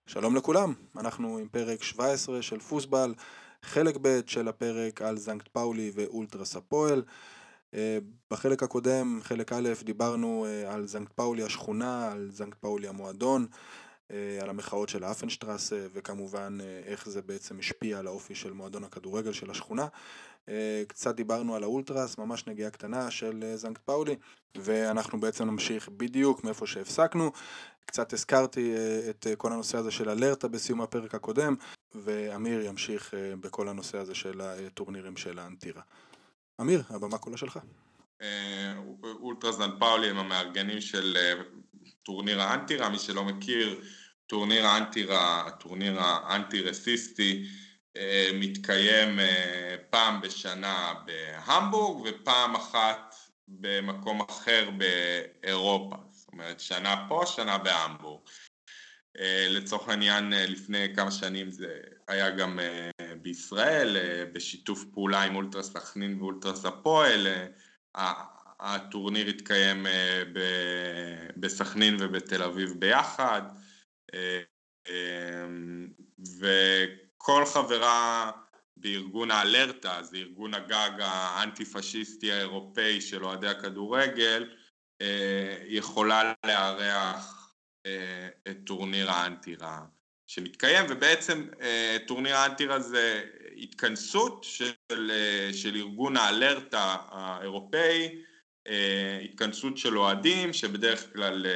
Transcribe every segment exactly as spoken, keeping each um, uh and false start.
שלום לכולם, אנחנו עם פרק שבע עשרה של פוסבל, חלק ב' של הפרק על זנקט פאולי ואולטרס הפועל. אה, בחלק הקודם, חלק א', דיברנו אה, על זנקט פאולי השכונה, על זנקט פאולי המועדון, אה, על המחאות של האפנשטרסה, וכמובן אה, איך זה בעצם השפיע על האופי של מועדון הכדורגל של השכונה. אה, קצת דיברנו על האולטרס, ממש נגיעה קטנה של אה, זנקט פאולי, ואנחנו בעצם נמשיך בדיוק מאיפה שהפסקנו. קצת הזכרתי אה, את אה, כל הנושא הזה של אלרטה בסיום הפרק הקודם, ואמיר ימשיך אה, בכל הנושא הזה של הטורנירים של האנטירה. אמיר, הבמה כולה שלך. אה, אולטרה זן פאולי הם המארגנים של אה, טורניר האנטירה. מי שלא מכיר, טורניר האנטירה, הטורניר האנטי-רסיסטי, אה, מתקיים אה, פעם בשנה בהמבורג ופעם אחת במקום אחר באירופה. זאת אומרת, שנה פה, שנה בהמבורג. אה, לצורך העניין, אה, לפני כמה שנים זה היה גם אה, בישראל, אה, בשיתוף פעולה עם אולטרה סכנין ואולטרה הפועל. אה, הטורניר התקיים אה, בסכנין ובתל אביב ביחד, אה, אה, וכל חברה בארגון האלרטה, זה ארגון הגג האנטי-פשיסטי האירופאי של אוהדי הכדורגל, אה, יכולה לארח את טורניר האנטירה שמתקיים, ובעצם טורניר האנטירה זה התכנסות של, של ארגון האלרטה האירופאי, התכנסות של אוהדים שבדרך כלל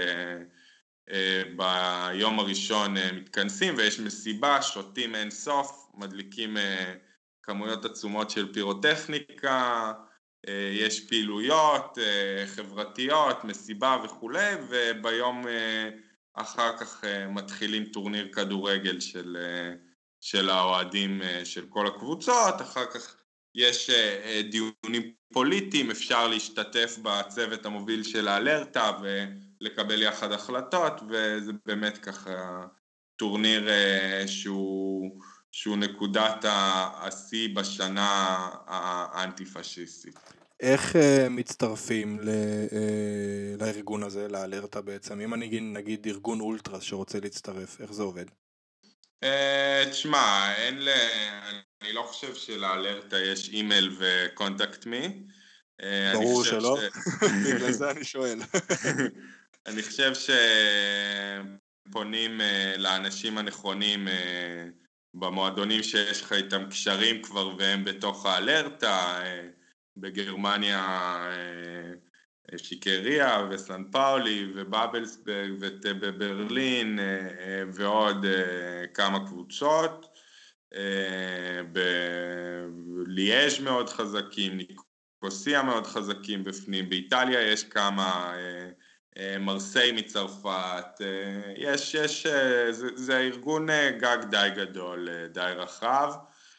ביום הראשון מתכנסים ויש מסיבה, שותים אין סוף, מדליקים כמויות עצומות של פירוטכניקה, יש פעילויות חברתיות, מסיבה וכו', וביום אחר כך מתחילים טורניר כדורגל של, של האוהדים של כל הקבוצות. אחר כך יש דיונים פוליטיים, אפשר להשתתף בצוות המוביל של האלרטה ולקבל יחד החלטות, וזה באמת ככה טורניר שהוא, שהוא נקודת השיא בשנה האנטי-פשיסטית. איך uh, מצטרפים ל, uh, לארגון הזה, לאלרטה בעצם? אם אני נגיד ארגון אולטרס שרוצה להצטרף, איך זה עובד? Uh, תשמע, אין ל... אני לא חושב שלאלרטה יש אימייל וקונטקט מי. ברור שלא, בגלל זה אני שואל. אני חושב שפונים לאנשים הנכונים במועדונים שיש לך איתם קשרים כבר והם בתוך האלרטה. בגרמניה שיקריה וסן פאולי ובאבלסברג ובברלין ועוד כמה קבוצות. בליאז' מאוד חזקים, ניקוסיה מאוד חזקים בפנים, באיטליה יש כמה, מרסיי מצרפת, יש, יש, זה, זה ארגון גג די גדול, די רחב.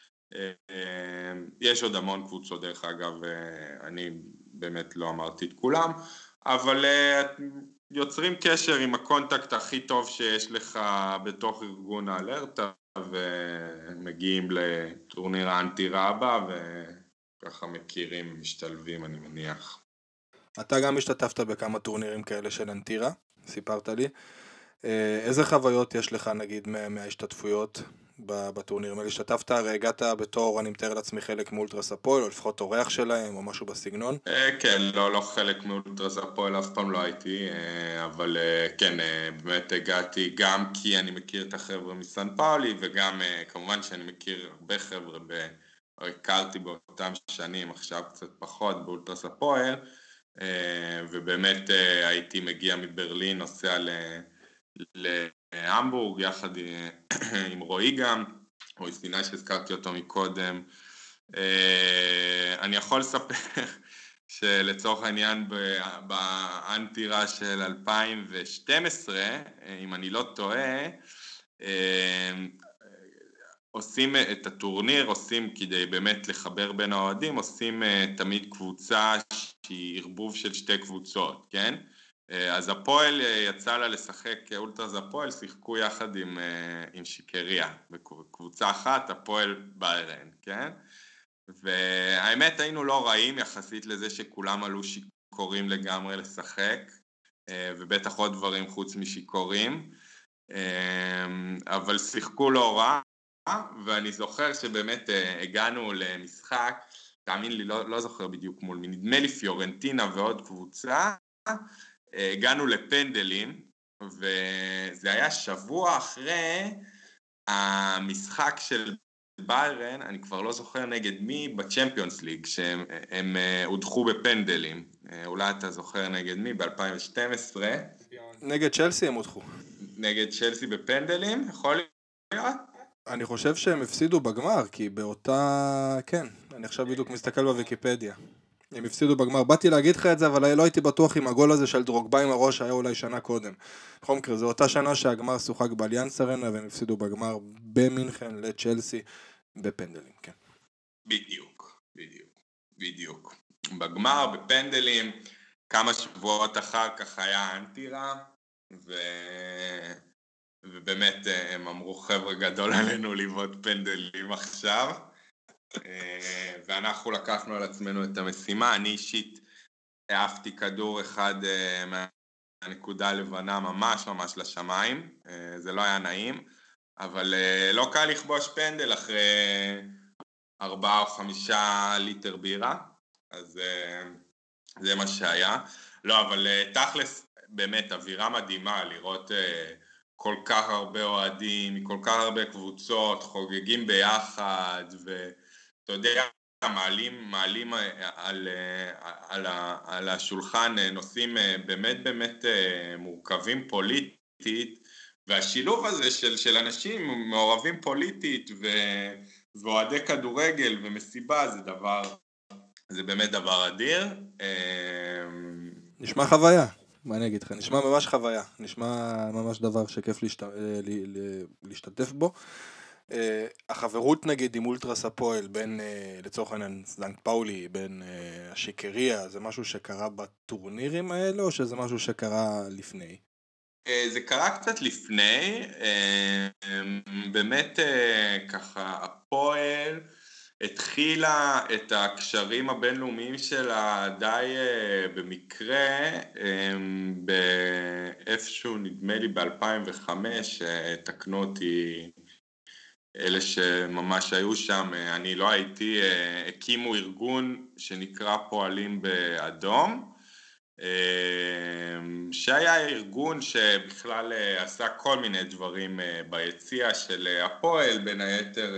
יש עוד המון קבוצות דרך אגב, אני באמת לא אמרתי את כולם, אבל יוצרים קשר עם הקונטקט הכי טוב שיש לך בתוך ארגון האלרטה, ומגיעים לטורניר האנטירה הבא, וככה מכירים, משתלבים אני מניח. אתה גם השתתפת בכמה טורנירים כאלה של אנטירה, סיפרת לי. איזה חוויות יש לך נגיד מההשתתפויות בטורנירים האלה? השתתפת, הרי הגעת בתור, אני מתאר לעצמי, חלק מאולטרס הפועל, או לפחות אורח שלהם, או משהו בסגנון? כן, לא, לא חלק מאולטרס הפועל, אף פעם לא הייתי, אבל כן, באמת הגעתי גם כי אני מכיר את החבר'ה מסן פאולי, וגם כמובן שאני מכיר הרבה חבר'ה, הכרתי באותם שנים, עכשיו קצת פחות באולטרס הפועל, ובאמת הייתי מגיע מברלין, נוסע להמבורג, יחד עם רועי גם, רועי סיני שהזכרתי אותו מקודם. אני יכול לספר שלצורך העניין באנטירה של אלפיים ושתים עשרה, אם אני לא טועה, עושים את הטורניר, עושים כדי באמת לחבר בין האוהדים, עושים תמיד קבוצה שהיא ערבוב של שתי קבוצות, כן? אז הפועל יצא לה לשחק, אולטרס הפועל שיחקו יחד עם, עם שיקריה, בקבוצה אחת, הפועל ביירן, כן? והאמת היינו לא רעים יחסית לזה שכולם עלו שיכורים לגמרי לשחק, ובטח עוד דברים חוץ משיכורים. אבל שיחקו לא רע, ואני זוכר שבאמת הגענו למשחק, תאמין לי, לא, לא זוכר בדיוק מול מי, נדמה לי פיורנטינה ועוד קבוצה, הגענו לפנדלים, וזה היה שבוע אחרי המשחק של ביירן, אני כבר לא זוכר נגד מי, בצ'מפיונס ליג, שהם הם, הודחו בפנדלים. אולי אתה זוכר נגד מי, ב-אלפיים ושתים עשרה. נגד צ'לסי הם הודחו. נגד צ'לסי בפנדלים, יכול להיות? אני חושב שהם הפסידו בגמר, כי באותה... כן, אני עכשיו בדיוק מסתכל בוויקיפדיה. הם הפסידו בגמר, באתי להגיד לך את זה, אבל לא הייתי בטוח אם הגול הזה של דרוגבה עם הראש היה אולי שנה קודם. בכל מקרה, זו אותה שנה שהגמר שוחק באליאנס ארנה, והם הפסידו בגמר במינכן לצ'לסי בפנדלים, כן. בדיוק, בדיוק, בדיוק. בגמר, בפנדלים, כמה שבועות אחר כך היה אנטירה, ו... ובאמת הם אמרו חבר'ה גדול עלינו לבעוט פנדלים עכשיו, ואנחנו לקחנו על עצמנו את המשימה. אני אישית העפתי כדור אחד מהנקודה הלבנה ממש ממש לשמיים, זה לא היה נעים, אבל לא קל לכבוש פנדל אחרי ארבעה או חמישה ליטר בירה, אז זה מה שהיה. לא, אבל תכלס באמת אווירה מדהימה לראות כל כך הרבה אוהדים, מכל כך הרבה קבוצות, חוגגים ביחד, ואתה יודע, מעלים, מעלים על, על, על השולחן נושאים באמת באמת מורכבים פוליטית, והשילוב הזה של, של אנשים מעורבים פוליטית ו, ואוהדי כדורגל ומסיבה זה דבר, זה באמת דבר אדיר. נשמע חוויה. מה אני אגיד לך? נשמע ממש חוויה, נשמע ממש דבר שכיף להשת... להשתתף בו. החברות נגיד עם אולטרס הפועל, בין לצורך העניין זנק פאולי, בין השיקריה, זה משהו שקרה בטורנירים האלה, או שזה משהו שקרה לפני? זה קרה קצת לפני, באמת ככה הפועל התחילה את הקשרים הבינלאומיים שלה די במקרה, באיפשהו נדמה לי ב-אלפיים וחמש, תקנו אותי אלה שממש היו שם, אני לא הייתי, הקימו ארגון שנקרא פועלים באדום, שהיה ארגון שבכלל עשה כל מיני דברים ביציע של הפועל, בין היתר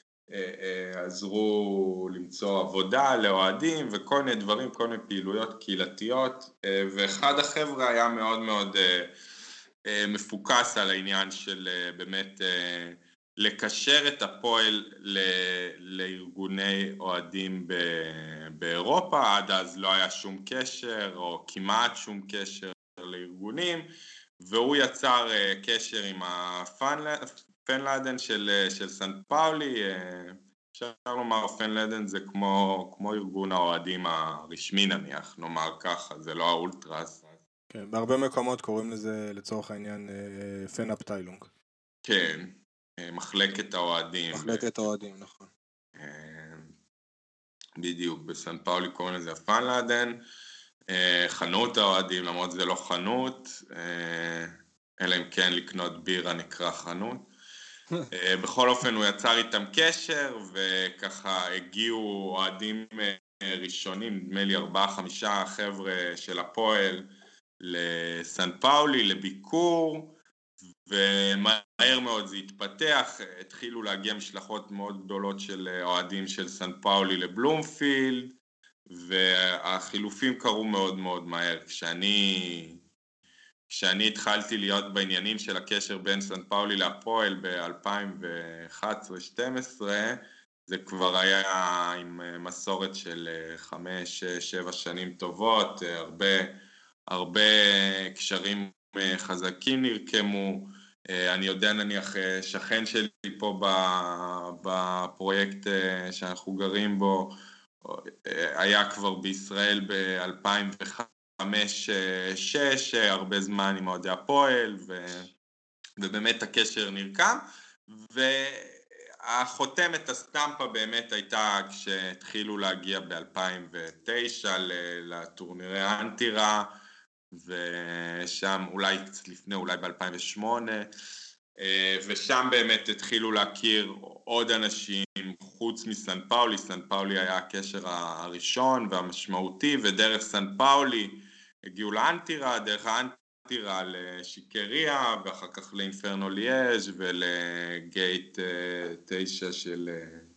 עזרו למצוא עבודה לאוהדים וכל מיני דברים, כל מיני פעילויות קהילתיות, ואחד החבר'ה היה מאוד מאוד מפוקס על העניין של באמת לקשר את הפועל לארגוני אוהדים באירופה. עד אז לא היה שום קשר או כמעט שום קשר לארגונים, והוא יצר קשר עם הפן-לאדן של, של סנט פאולי. אפשר לומר פן-לאדן זה כמו, כמו ארגון האוהדים הרשמי נניח, נאמר ככה, זה לא האולטרס. כן, בהרבה מקומות קוראים לזה לצורך העניין פן-אפטיילונג. כן. מחלקת האוהדים. מחלקת האוהדים, נכון. בדיוק, בסן פאולי קוראים לזה הפן-לאדן, חנות האוהדים, למרות זה לא חנות, אלא אם כן לקנות בירה נקרא חנות. בכל אופן הוא יצר איתם קשר, וככה הגיעו אוהדים ראשונים, נדמה לי ארבעה חמישה חבר'ה של הפועל לסן פאולי, לביקור, ומהר מאוד זה התפתח, התחילו להגיע משלחות מאוד גדולות של אוהדים של סן פאולי לבלומפילד, והחילופים קרו מאוד מאוד מהר. כשאני, כשאני התחלתי להיות בעניינים של הקשר בין סן פאולי להפועל ב-אלפיים ואחת עשרה שתים עשרה, זה כבר היה עם מסורת של חמש, שבע שנים טובות, הרבה, הרבה קשרים חזקים נרקמו. אני יודע נניח שכן שלי פה בפרויקט שאנחנו גרים בו, היה כבר בישראל ב-אלפיים וחמש שש, הרבה זמן עם אוהדי הפועל, ובאמת הקשר נרקם, והחותמת הסטמפה באמת הייתה כשהתחילו להגיע ב-אלפיים ותשע לטורנירי האנטירה, ושם אולי קצת לפני, אולי ב-אלפיים ושמונה, ושם באמת התחילו להכיר עוד אנשים חוץ מסן פאולי. סן פאולי היה הקשר הראשון והמשמעותי, ודרך סן פאולי הגיעו לאנטירה, דרך האנטירה לשיקריה, ואחר כך לאינפרנו ליאז' ולגייט תשע של,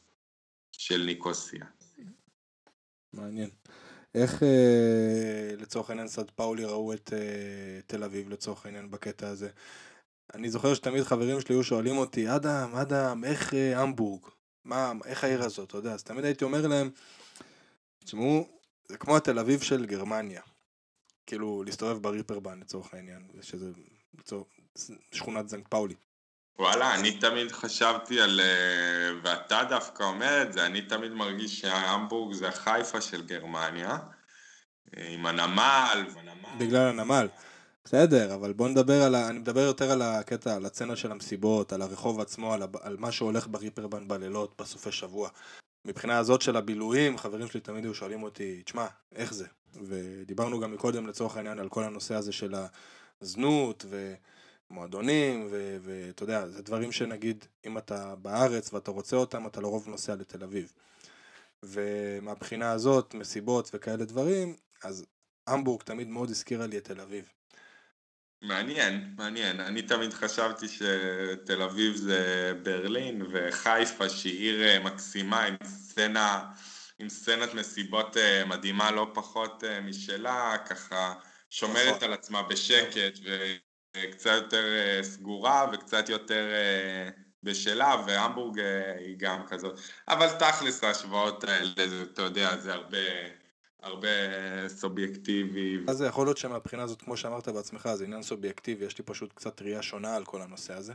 של ניקוסיה. מעניין. איך אה, לצורך העניין סן פאולי ראו את אה, תל אביב לצורך העניין בקטע הזה? אני זוכר שתמיד חברים שלי היו שואלים אותי, אדם, אדם, איך אה, המבורג? מה, איך העיר הזאת, אתה יודע? אז תמיד הייתי אומר להם, תשמעו, זה כמו התל אביב של גרמניה. כאילו, להסתובב בריפרבן לצורך העניין, שזה לצורך, שכונת זנק פאולי. וואלה, אני תמיד חשבתי על, ואתה דווקא אומר את זה, אני תמיד מרגיש שההמבורג זה החיפה של גרמניה, עם הנמל. בגלל הנמל. בסדר, אבל בוא נדבר על ה... אני מדבר יותר על הקטע, על הצצנה של המסיבות, על הרחוב עצמו, על, ה... על מה שהולך בריפרבן בלילות, בסופי שבוע. מבחינה הזאת של הבילויים, חברים שלי תמיד היו שואלים אותי, תשמע, איך זה? ודיברנו גם מקודם לצורך העניין על כל הנושא הזה של הזנות ומועדונים, ואתה יודע, זה דברים שנגיד, אם אתה בארץ ואתה רוצה אותם, אתה לרוב נוסע לתל אביב. ומהבחינה הזאת, מסיבות וכאלה דברים, אז המבורג תמיד מאוד הזכירה לי את תל אביב. מעניין, מעניין. אני תמיד חשבתי שתל אביב זה ברלין, וחיפה שהיא עיר מקסימה עם סצנה, עם סצנת מסיבות מדהימה לא פחות משלה, ככה שומרת על עצמה בשקט וקצת יותר סגורה וקצת יותר בשלה, והמבורג היא גם כזאת. אבל תכלס ההשוואות האלה, אתה יודע, זה הרבה... הרבה סובייקטיבי. אז זה יכול להיות שמהבחינה הזאת, כמו שאמרת בעצמך, זה עניין סובייקטיבי, יש לי פשוט קצת ראייה שונה על כל הנושא הזה.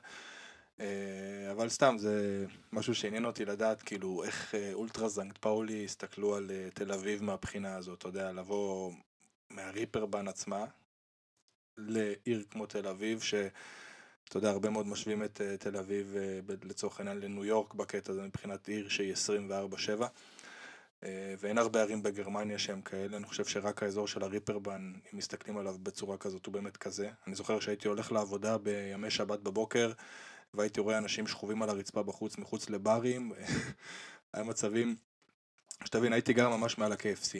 אבל סתם, זה משהו שעניין אותי לדעת, כאילו, איך אולטרה זנק פאולי הסתכלו על תל אביב מהבחינה הזאת, אתה יודע, לבוא מהריפרבן עצמה, לעיר כמו תל אביב, שאתה יודע, הרבה מאוד משווים את תל אביב לצורך העניין לניו יורק בקטע הזה, מבחינת עיר שהיא עשרים וארבע שבע. ואין הרבה ערים בגרמניה שהם כאלה, אני חושב שרק האזור של הריפרבן, אם מסתכלים עליו בצורה כזאת, הוא באמת כזה. אני זוכר שהייתי הולך לעבודה בימי שבת בבוקר, והייתי רואה אנשים שכובים על הרצפה בחוץ, מחוץ לברים, היה מצבים, שתבין, הייתי גר ממש מעל ה-קי אף סי,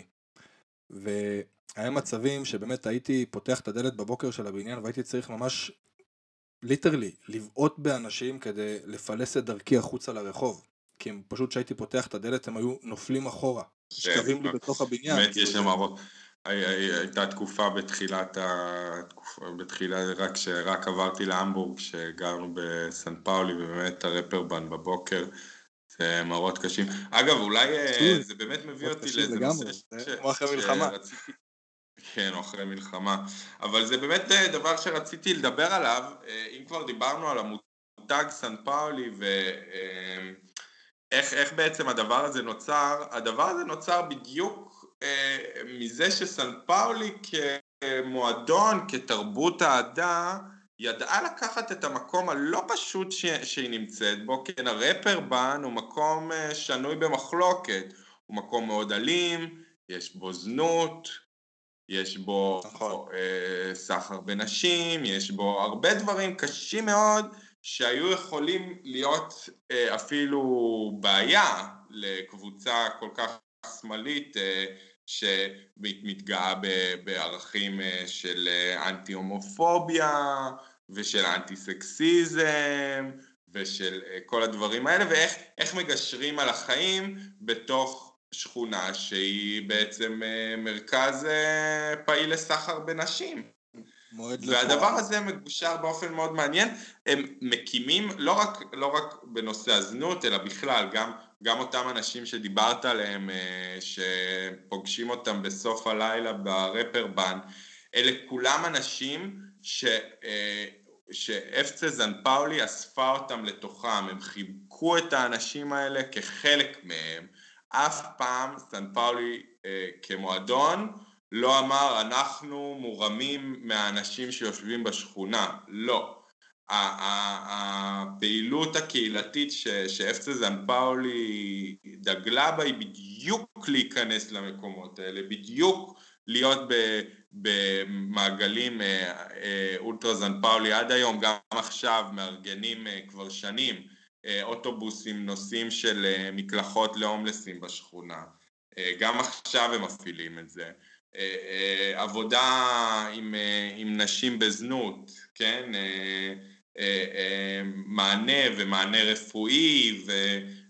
והיה מצבים שבאמת הייתי פותח את הדלת בבוקר של הבניין, והייתי צריך ממש, ליטרלי, לבעוט באנשים כדי לפלס את דרכי החוץ על הרחוב. כי הם פשוט שהייתי פותח את הדלת, הם היו נופלים אחורה, שקבים לי בתוך הבניין. באמת יש שם הרבה, הייתה תקופה בתחילת, בתחילה רק שרק עברתי להמבורג, שגרנו בסן פאולי, ובאמת הרפרבן בבוקר, זה מראות קשים. אגב, אולי זה באמת מביא אותי לאיזה נושא שרציתי, כן, או אחרי מלחמה, אבל זה באמת דבר שרציתי לדבר עליו, אם כבר דיברנו על המותג סן פאולי, ו... איך, איך בעצם הדבר הזה נוצר? הדבר הזה נוצר בדיוק אה, מזה שסן פאולי כמועדון, כתרבות העדה, ידעה לקחת את המקום הלא פשוט ש, שהיא נמצאת בו, כן, הרפרבן הוא מקום אה, שנוי במחלוקת, הוא מקום מאוד אלים, יש בו זנות, יש בו נכון. אה, סחר בנשים, יש בו הרבה דברים קשים מאוד, שהיו יכולים להיות אפילו בעיה לקבוצה כל כך שמאלית שמתגאה בערכים של אנטי-הומופוביה ושל אנטי-סקסיזם ושל כל הדברים האלה, ואיך מגשרים על החיים בתוך שכונה שהיא בעצם מרכז פעיל לסחר בנשים. והדבר הזה מגושר באופן מאוד מעניין, הם מקימים לא רק, לא רק בנושא הזנות, אלא בכלל, גם, גם אותם אנשים שדיברת עליהם, שפוגשים אותם בסוף הלילה ברפרבן, אלה כולם אנשים ש, שאפצה זן פאולי אספה אותם לתוכם, הם חיבקו את האנשים האלה כחלק מהם, אף פעם סן פאולי כמועדון, לא אמר, אנחנו מורמים מהאנשים שיושבים בשכונה, לא. הפעילות הקהילתית שאפצה זן פאולי דגלה בה היא בדיוק להיכנס למקומות האלה, בדיוק להיות במעגלים אולטרה זן פאולי עד היום, גם עכשיו מארגנים כבר שנים אוטובוסים נוסעים של מקלחות להומלסים בשכונה, גם עכשיו הם מפעילים את זה. עבודה עם, עם נשים בזנות, כן? מענה ומענה רפואי ו,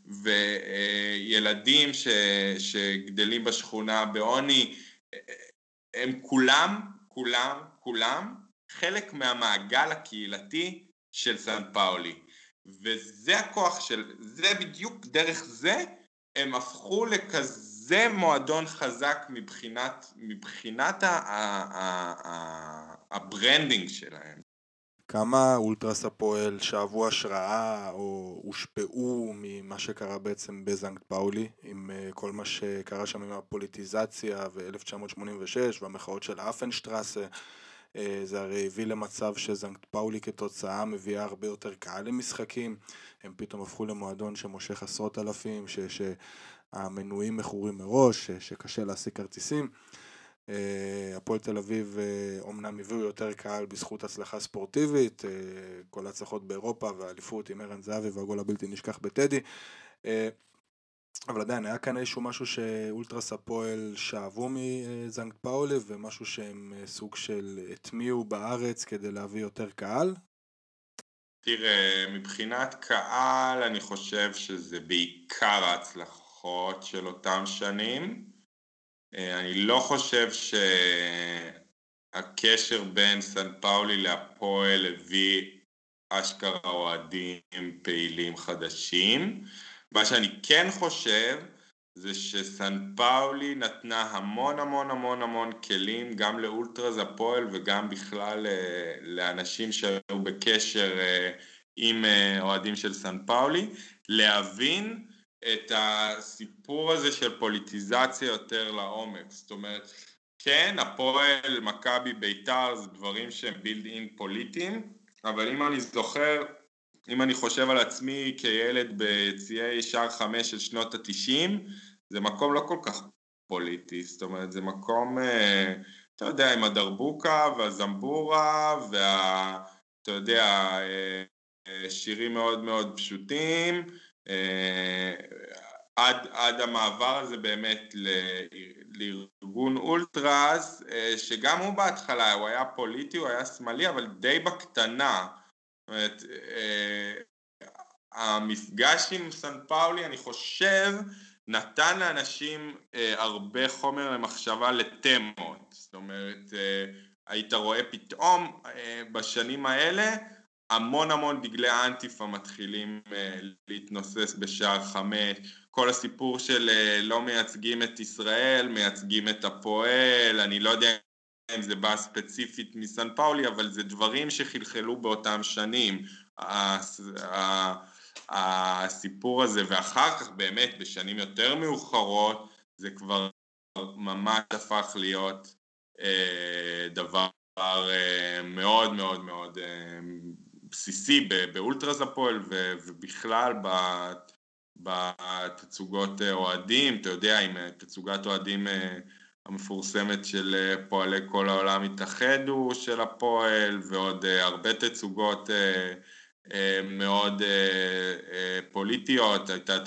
וילדים ש, שגדלים בשכונה בעוני, הם כולם, כולם, כולם חלק מהמעגל הקהילתי של סן פאולי. וזה הכוח של, זה בדיוק דרך זה, הם הפכו לכזה מועדון חזק מבחינת, מבחינת ה, ה, ה, ה, הברנדינג שלהם. כמה אולטרס הפועל שאבו השראה או הושפעו ממה שקרה בעצם בזנקט פאולי, עם כל מה שקרה שם עם הפוליטיזציה ו-אלף תשע מאות שמונים ושש והמחאות של אפנשטרסה, זה הרי הביא למצב שזנקט פאולי כתוצאה מביאה הרבה יותר קהל למשחקים, הם פתאום הפכו למועדון שמושך עשרות אלפים, שהמנויים מכורים מראש, שקשה להשיג כרטיסים. הפועל תל אביב אומנם הביאו יותר קהל בזכות הצלחה ספורטיבית, כל ההצלחות באירופה והאליפות עם ערן זהבי והגול הבלתי נשכח בטדי, אבל עדיין היה כאן איזשהו משהו שאולטרס הפועל שאבו מזנקט פאולי ומשהו שהם סוג של הטמיעו בארץ כדי להביא יותר קהל. תראה, מבחינת קהל אני חושב שזה בעיקר ההצלחות של אותם שנים. אני לא חושב שהקשר בין סן פאולי להפועל הביא אשכרה אוהדים פעילים חדשים. מה שאני כן חושב זה שסן פאולי נתנה המון המון המון המון כלים גם לאולטרס הפועל וגם בכלל לאנשים שהיו בקשר עם אוהדים של סן פאולי להבין את הסיפור הזה של פוליטיזציה יותר לעומק. זאת אומרת, כן, הפועל, מכבי, בית"ר זה דברים שהם בילד אין פוליטיים, אבל אם אני זוכר, אם אני חושב על עצמי כילד בציי שער חמש של שנות התשעים, זה מקום לא כל כך פוליטי, זאת אומרת, זה מקום, אתה יודע, עם הדרבוקה והזמבורה, וה, אתה יודע, שירים מאוד מאוד פשוטים, עד, עד המעבר הזה באמת לארגון אולטרס, שגם הוא בהתחלה, הוא היה פוליטי, הוא היה שמאלי, אבל די בקטנה. זאת אומרת, המפגש עם סן פאולי, אני חושב, נתן לאנשים הרבה חומר למחשבה לתמות. זאת אומרת, היית רואה פתאום בשנים האלה, המון המון דגלי אנטיפה מתחילים להתנוסס בשער חמש, כל הסיפור של לא מייצגים את ישראל, מייצגים את הפועל, אני לא יודע אם זה בא ספציפית מסן פאולי, אבל זה דברים שחלחלו באותם שנים, הסיפור הזה, ואחר כך באמת בשנים יותר מאוחרות, זה כבר ממש הפך להיות דבר מאוד מאוד מאוד בסיסי באולטרס הפועל ובכלל בתצוגות אוהדים, אתה יודע, עם תצוגת אוהדים המפורסמת של פועלי כל העולם התאחדו של הפועל, ועוד הרבה תצוגות מאוד פוליטיות, הייתה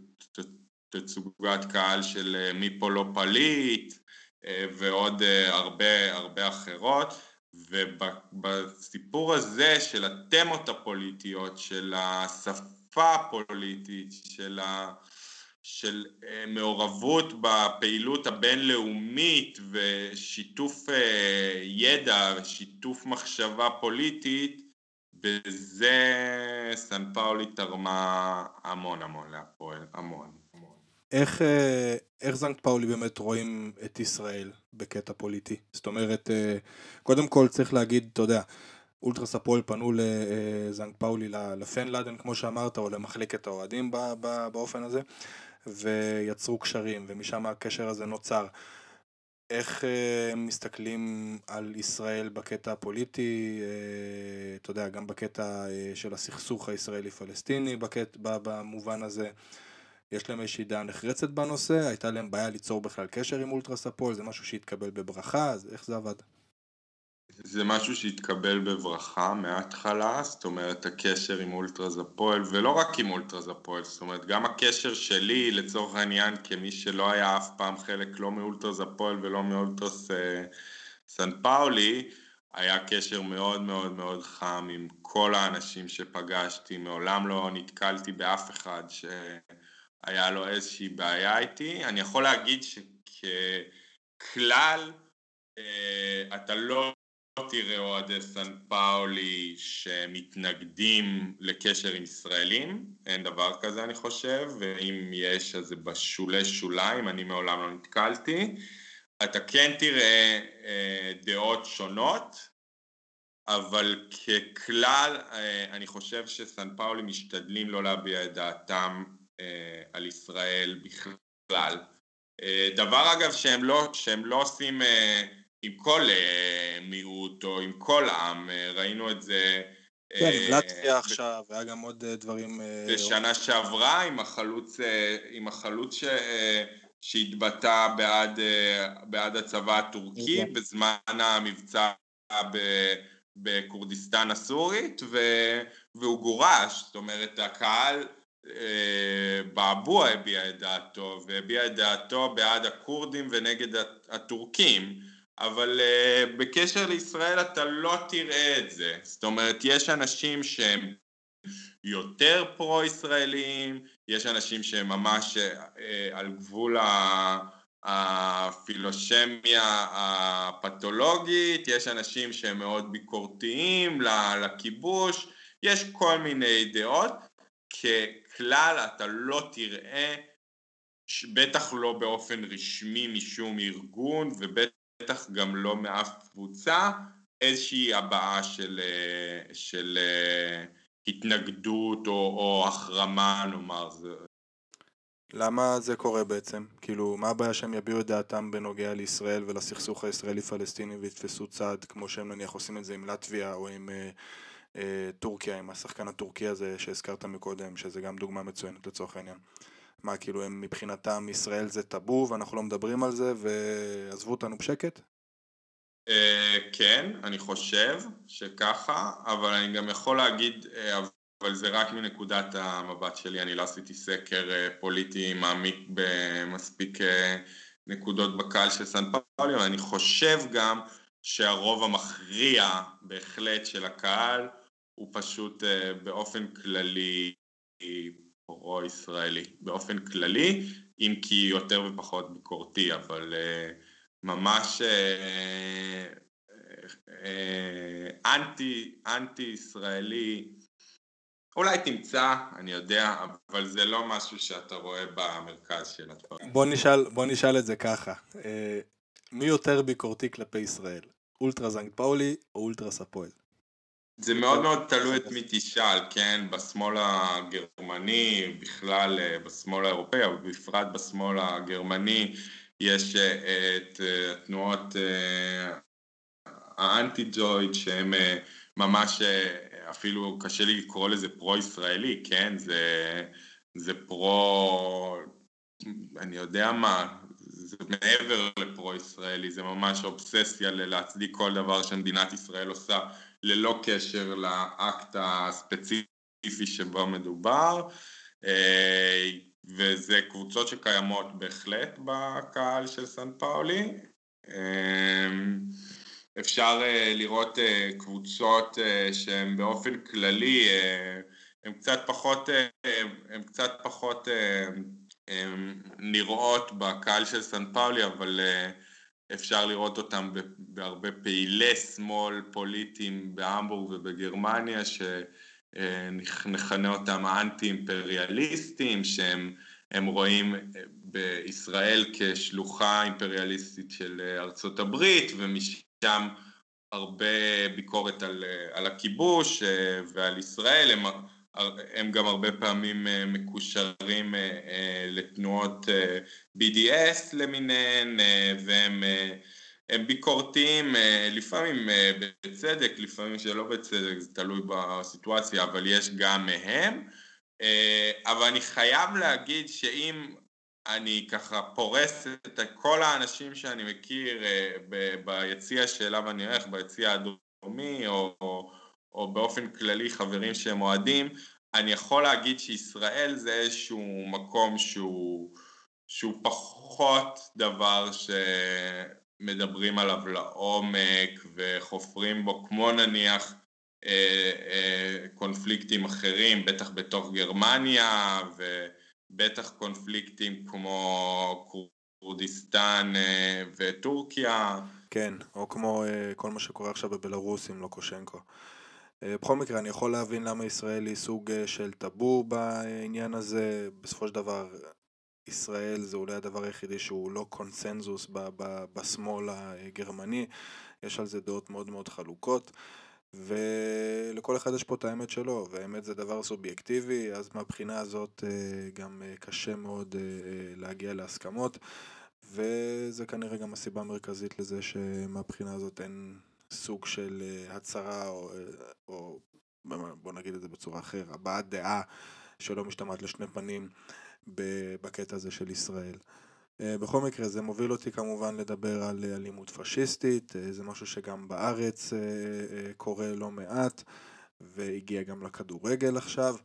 תצוגת קהל של מי פה לא פליט, ועוד הרבה הרבה אחרות, ובסיפור הזה של התמות הפוליטיות, של השפה הפוליטית, של, ה... של מעורבות בפעילות הבינלאומית ושיתוף ידע ושיתוף מחשבה פוליטית, בזה סן פאולי תרמה המון המון להפועל, המון. איך, איך זנקט פאולי באמת רואים את ישראל בקטע פוליטי? זאת אומרת, קודם כל צריך להגיד, אתה יודע, אולטרס הפועל פנו לזנקט פאולי לפן לאדן, כמו שאמרת, או למחלקת האוהדים באופן הזה, ויצרו קשרים, ומשם הקשר הזה נוצר. איך הם מסתכלים על ישראל בקטע הפוליטי, אתה יודע, גם בקטע של הסכסוך הישראלי-פלסטיני, במובן הזה, יש להם איזושהי דעה נחרצת בנושא, הייתה להם בעיה ליצור בכלל קשר עם אולטרס הפועל, זה משהו שהתקבל בברכה, אז איך זה עבד? זה משהו שהתקבל בברכה מההתחלה, זאת אומרת הקשר עם אולטרס הפועל, ולא רק עם אולטרס הפועל, זאת אומרת גם הקשר שלי לצורך העניין כמי שלא היה אף פעם חלק לא מאולטרס הפועל ולא מאולטרס אה, סן פאולי, היה קשר מאוד מאוד מאוד חם עם כל האנשים שפגשתי, מעולם לא נתקלתי באף אחד שהיה לו איזושהי בעיה איתי. אני יכול להגיד שככלל אה, אתה לא תראה אוהדי סן פאולי שמתנגדים לקשר עם ישראלים, אין דבר כזה אני חושב, ואם יש אז זה בשולי שוליים, אני מעולם לא נתקלתי. אתה כן תראה אה, דעות שונות, אבל ככלל אה, אני חושב שסן פאולי משתדלים לא להביע את דעתם אה, על ישראל בכלל. אה, דבר אגב שהם לא, שהם לא עושים אה, עם כל אה, מיעוט או עם כל עם, אה, ראינו את זה כן, עם אה, לטביה עכשיו, והיה גם עוד אה, דברים... אה, בשנה שעברה עם החלוץ, אה, עם החלוץ ש, אה, שהתבטא בעד, אה, בעד הצבא הטורקי בזמן המבצע ב, בקורדיסטן הסורית, ו, והוא גורש, זאת אומרת הקהל אה, באבוע הביע את דעתו, והביע את דעתו בעד הקורדים ונגד הטורקים, אבל uh, בקשר לישראל אתה לא תראה את זה, זאת אומרת יש אנשים שהם יותר פרו-ישראלים, יש אנשים שהם ממש אה, על גבול הפילושמיה הפתולוגית, יש אנשים שהם מאוד ביקורתיים לכיבוש, יש כל מיני דעות, ככלל אתה לא תראה, בטח לא באופן רשמי משום ארגון, ובטח גם לא מאף קבוצה, איזושהי הבעה של, של התנגדות או, או החרמה, נאמר. זה... למה זה קורה בעצם? כאילו, מה הבעיה שהם יביעו את דעתם בנוגע לישראל ולסכסוך הישראלי-פלסטיני ויתפסו צד, כמו שהם נניח עושים את זה עם לטביה או עם אה, אה, טורקיה, עם השחקן הטורקי הזה שהזכרת מקודם, שזה גם דוגמה מצוינת לצורך העניין. מה, כאילו, הם מבחינתם ישראל זה טאבו ואנחנו לא מדברים על זה ועזבו אותנו בשקט? כן, אני חושב שככה, אבל אני גם יכול להגיד, אבל זה רק מנקודת המבט שלי, אני לא עשיתי סקר פוליטי מעמיק במספיק נקודות בקהל של סן פאולי, אבל אני חושב גם שהרוב המכריע בהחלט של הקהל הוא פשוט באופן כללי פרו-ישראלי, באופן כללי, אם כי יותר ופחות ביקורתי, אבל ממש אנטי, אנטי ישראלי, אולי תמצא, אני יודע, אבל זה לא משהו שאתה רואה במרכז של הדברים. בוא נשאל, בוא נשאל את זה ככה, מי יותר ביקורתי כלפי ישראל? אולטרה זנק פאולי או אולטרס הפועל? זה מאוד מאוד תלוי את מי תשאל, כן, בשמאל הגרמני, בכלל בשמאל האירופאי, אבל בפרט בשמאל הגרמני, יש את התנועות האנטי-ג'ויד שהם ממש, אפילו קשה לי לקרוא לזה פרו-ישראלי, כן, זה, זה פרו, אני יודע מה, זה מעבר לפרו-ישראלי, זה ממש אובססיה להצדיק כל דבר שמדינת ישראל עושה ללא קשר לאקט הספציפי שבו מדובר, וזה קבוצות שקיימות בהחלט בקהל של סן פאולי. אפשר לראות קבוצות שהן באופן כללי, הן קצת פחות, הן קצת פחות נראות בקהל של סן פאולי, אבל אפשר לראות אותם בהרבה פעילי שמאל פוליטיים בהמבורג ובגרמניה, שנכנה אותם האנטי-אימפריאליסטים, שהם הם רואים בישראל כשלוחה אימפריאליסטית של ארצות הברית, ומשם הרבה ביקורת על, על הכיבוש ועל ישראל, הם, הם גם הרבה פעמים מקושרים לתנועות בי די אס למיניהן, והם הם ביקורתיים, לפעמים בצדק, לפעמים שלא בצדק, זה תלוי בסיטואציה, אבל יש גם מהם. אבל אני חייב להגיד שאם אני ככה פורס את כל האנשים שאני מכיר ב- ביציע שאליו אני הולך, ביציע הדרומי, או, או, או באופן כללי חברים שהם אוהדים, אני יכול להגיד שישראל זה איזשהו מקום שהוא, שהוא פחות דבר שמדברים עליו לעומק וחופרים בו, כמו נניח אה, אה, קונפליקטים אחרים, בטח בתוך גרמניה, ו... בטח קונפליקטים כמו קורדיסטן וטורקיה. כן, או כמו כל מה שקורה עכשיו בבלרוס עם לוקושנקו. בכל מקרה, אני יכול להבין למה ישראל היא סוג של טאבו בעניין הזה. בסופו של דבר, ישראל זה אולי הדבר היחידי שהוא לא קונסנזוס ב- ב- בשמאל הגרמני. יש על זה דעות מאוד מאוד חלוקות, ולכל אחד יש פה את האמת שלו, והאמת זה דבר סובייקטיבי, אז מהבחינה הזאת גם קשה מאוד להגיע להסכמות, וזה כנראה גם הסיבה המרכזית לזה שמהבחינה הזאת אין סוג של הצהרה, או, או בוא נגיד את זה בצורה אחרת, הבעת דעה שלא משתמעת לשני פנים בקטע הזה של ישראל. בכל מקרה, זה מוביל אותי כמובן לדבר על אלימות פשיסטית, זה משהו שגם בארץ קורה לא מעט, והגיע גם לכדורגל עכשיו.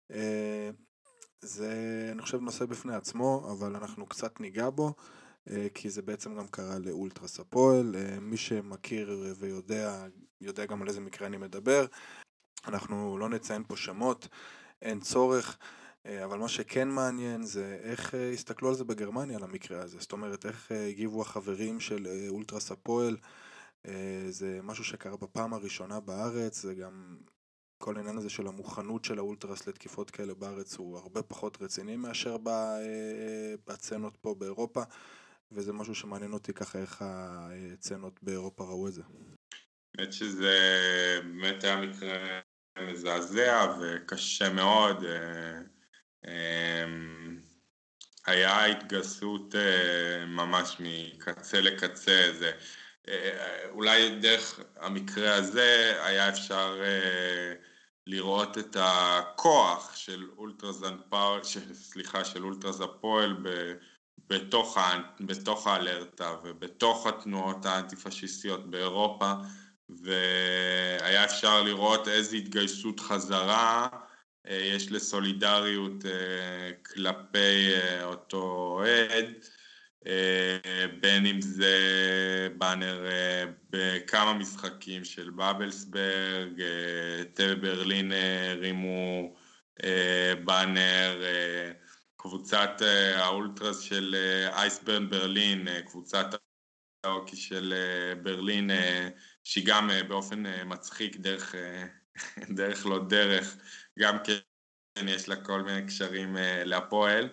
זה, אני חושב, נושא בפני עצמו, אבל אנחנו קצת ניגע בו, כי זה בעצם גם קרה לאולטרס הפועל. מי שמכיר ויודע, יודע גם על איזה מקרה אני מדבר. אנחנו לא נציין פה שמות, אין צורך, אבל מה שכן מעניין זה איך הסתכלו על זה בגרמניה, על המקרה הזה. זאת אומרת, איך הגיבו החברים של אולטרס הפועל. זה משהו שקרה בפעם הראשונה בארץ, זה גם כל העניין הזה של המוכנות של האולטרס לתקיפות כאלה בארץ הוא הרבה פחות רציני מאשר בצנות פה באירופה, וזה משהו שמעניין אותי ככה איך הצנות באירופה ראו את זה. באמת שזה באמת היה מקרה מזעזע וקשה מאוד. היה התגייסות ממש מקצה לקצה. זה אולי דרך המקרה הזה היה אפשר לראות את הכוח של אולטרזן פאול, סליחה, של אולטרז הפועל בתוך, בתוך האלרטה ובתוך התנועות האנטי-פשיסטיות באירופה, והיה אפשר לראות איזו התגייסות חזרה יש לסולידריות כלפי אותו עד, בין אם זה באנר בכמה משחקים של בבלסברג, טבי ברלין הרימו באנר, קבוצת האולטרס של אייסברן ברלין, קבוצת האוקי של ברלין, שהיא גם באופן מצחיק דרך, דרך לא דרך, גם כן יש לה כל מיני קשרים להפועל,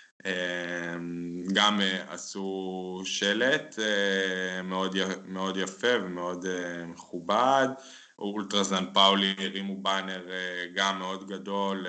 גם עשו שלט מאוד, מאוד יפה ומאוד מכובד. אולטרזן פאולי הרימו באנר גם מאוד גדול,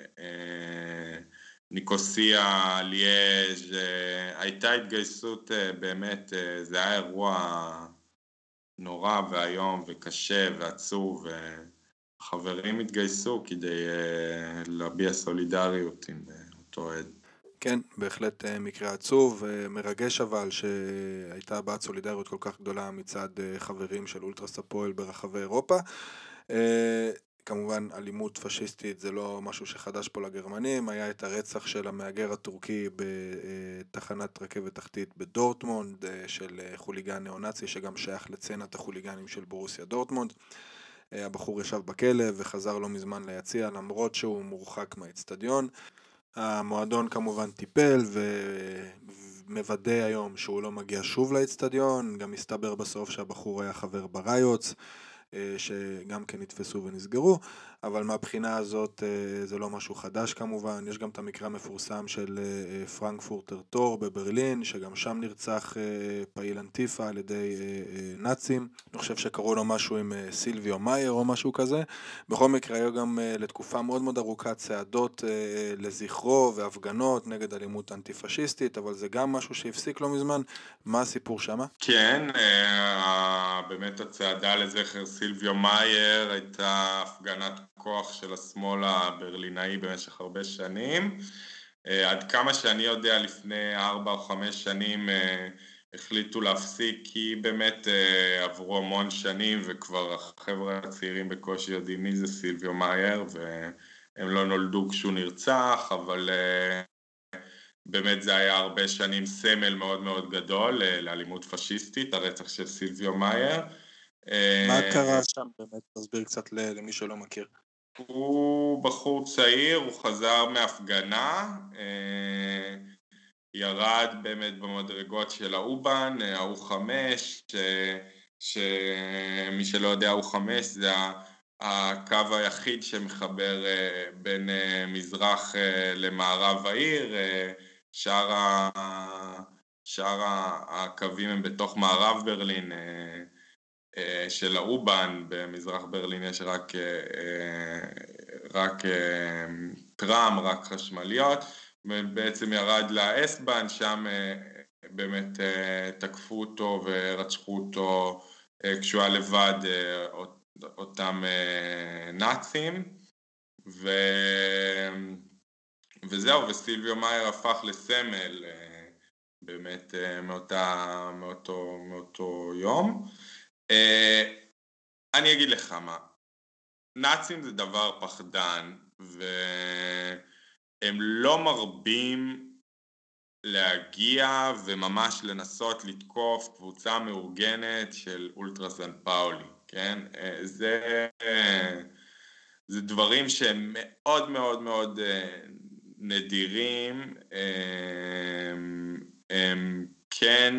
ניקוסיה, ליאז', הייתה התגייסות באמת, זה היה אירוע נורא והיום וקשה ועצוב, וחברים התגייסו כדי להביע סולידריות עם אותו עד. כן, בהחלט מקרה עצוב, מרגש אבל שהייתה הבעת סולידריות כל כך גדולה מצד חברים של אולטרס הפועל ברחבי אירופה. כמובן אלימות פשיסטית זה לא משהו שחדש פה לגרמנים, היה את הרצח של המהגר הטורקי בתחנת רכבת תחתית בדורטמונד של חוליגן ניאו-נאצי שגם שייך לצנת החוליגנים של בורוסיה דורטמונד. הבחור ישב בכלא וחזר לא מזמן ליציע למרות שהוא מורחק מהאצטדיון. המועדון כמובן טיפל ומוודא היום שהוא לא מגיע שוב לאצטדיון, גם מסתבר בסוף שהבחור היה חבר בריוץ שגם כן נתפסו ונסגרו, אבל מהבחינה הזאת זה לא משהו חדש כמובן. יש גם את המקרה המפורסם של פרנקפורטר טור בברלין, שגם שם נרצח פעיל אנטיפה על ידי נאצים, אני חושב שקראו לו משהו עם סילביו מאייר או משהו כזה. בכל מקרה היו גם לתקופה מאוד מאוד ארוכה צעדות לזכרו והפגנות נגד אלימות אנטי-פשיסטית, אבל זה גם משהו שהפסיק לא מזמן. מה הסיפור שמה? כן, באמת הצעדה לזכר סילביו מאייר הייתה הפגנת כוח של השמאל הברלינאי במשך הרבה שנים, עד כמה שאני יודע, לפני ארבע או חמש שנים החליטו להפסיק, כי באמת עברו המון שנים וכבר החבר'ה הצעירים בקושי יודעים מי זה סילביו מאייר, והם לא נולדו כשהוא נרצח, אבל באמת זה היה הרבה שנים סמל מאוד מאוד גדול לאלימות פשיסטית, הרצח של סילביו מאייר. מה קרה שם באמת? תסביר קצת למי שלא מכיר. הוא בחור צעיר, הוא חזר מהפגנה, ירד באמת במדרגות של האובן, האו חמש, שמי שלא יודע האו חמש זה הקו היחיד שמחבר בין מזרח למערב העיר, שאר, ה... שאר הקווים הם בתוך מערב ברלין, של האובן, במזרח ברלין יש רק, רק טראם, רק חשמליות, בעצם ירד לאסבן, שם באמת תקפו אותו ורצחו אותו כשהוא היה לבד אותם נאצים, ו... וזהו, וסילביו מאייר הפך לסמל באמת מאותה, מאותו, מאותו יום. אני אגיד לך מה, נאצים זה דבר פחדן, והם לא מרבים להגיע וממש לנסות לתקוף קבוצה מאורגנת של אולטרה סן פאולי, כן? זה, זה דברים שהם מאוד מאוד מאוד נדירים, הם כן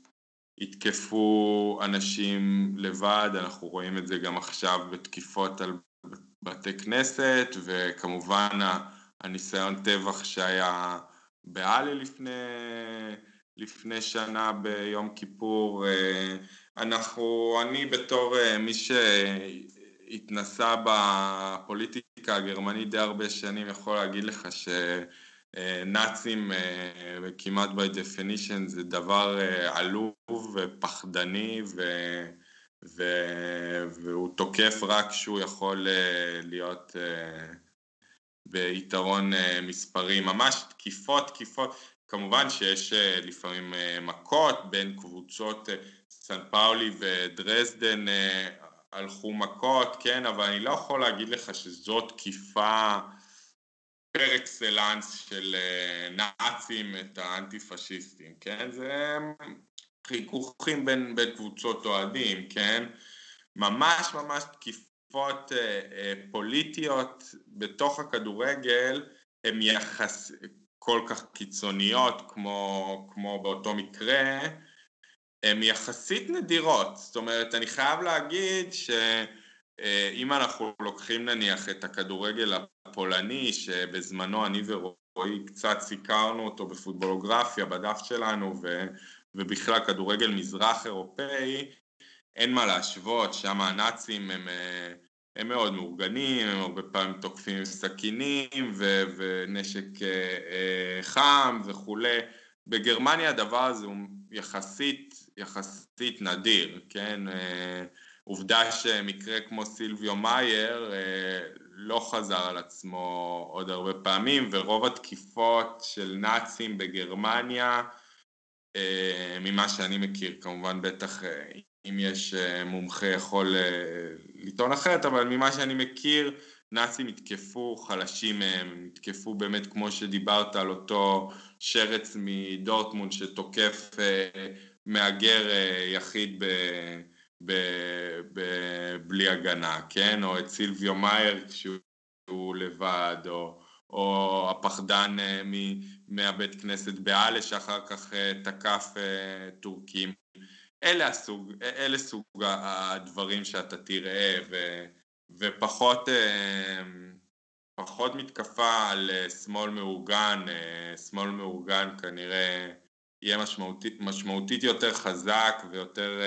התקפו אנשים לבד, אנחנו רואים את זה גם עכשיו בתקיפות על בתי כנסת, וכמובן הניסיון טבח שהיה בעלי לפני, לפני שנה ביום כיפור. אנחנו, אני בתור מי שהתנסה בפוליטיקה הגרמנית די הרבה שנים, יכול להגיד לך שנאצים כמעט by definition זה דבר עלוב ופחדני, ו... ו... והוא תוקף רק שהוא יכול להיות ביתרון מספרי, ממש תקיפות, תקיפות, כמובן שיש לפעמים מכות בין קבוצות, סן פאולי ודרזדן הלכו מכות, כן, אבל אני לא יכול להגיד לך שזאת תקיפה פר אקסלנס של נאצים את האנטי-פשיסטים, כן, זה חיכוכים בין, בין קבוצות אוהדים, כן, ממש ממש תקיפות אה, פוליטיות בתוך הכדורגל, הן יחס כל כך קיצוניות כמו, כמו באותו מקרה, הן יחסית נדירות. זאת אומרת, אני חייב להגיד שאם אנחנו לוקחים נניח את הכדורגל הפולני, שבזמנו אני ורועי קצת סיקרנו אותו בפוטבולוגרפיה בדף שלנו, ו, ובכלל כדורגל מזרח אירופאי, אין מה להשוות, שם הנאצים הם, הם מאוד מאורגנים, הם הרבה פעמים תוקפים עם סכינים ו, ונשק חם וכולי. בגרמניה הדבר הזה הוא יחסית, יחסית נדיר, כן? עובדה שמקרה כמו סילביו מאייר לא חזר על עצמו עוד הרבה פעמים, ורוב התקיפות של נאצים בגרמניה, ממה שאני מכיר, כמובן בטח אם יש מומחה יכול לטעון אחרת, אבל ממה שאני מכיר, נאצים התקפו חלשים מהם, התקפו באמת כמו שדיברת על אותו שרץ מדורטמונד שתוקף מאגר יחיד ב, ב, ב, בלי הגנה, כן? או את סילביו מאייר כשהוא לבד, או, או הפחדן מהבית כנסת בעלה שאחר כך תקף טורקים. אלה הסוג, אלה סוג הדברים שאתה תראה, ו, ופחות פחות מתקפה על שמאל מאורגן, שמאל מאורגן כנראה יהיה משמעותית, משמעותית יותר חזק ויותר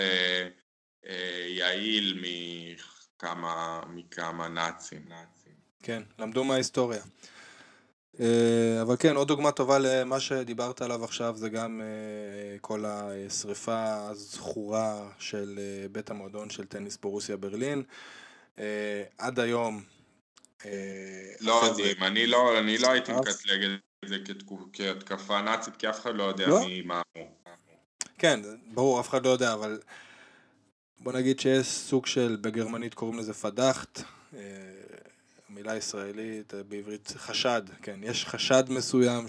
יעיל מכמה, מכמה נאצים. כן, למדו מההיסטוריה. אבל כן, עוד דוגמה טובה למה שדיברת עליו עכשיו זה גם כל השריפה הזכורה של בית המועדון של טניס בורוסיה ברלין. עד היום לא יודעים, אני לא הייתי מקטלג זה כהתקפה נאצית, כי אף אחד לא יודע לא? מי מה הוא. כן, ברור, אף אחד לא יודע, אבל בוא נגיד שיש סוג של, בגרמנית קוראים לזה פדחת, אה, מילה ישראלית, אה, בעברית חשד, כן, יש חשד מסוים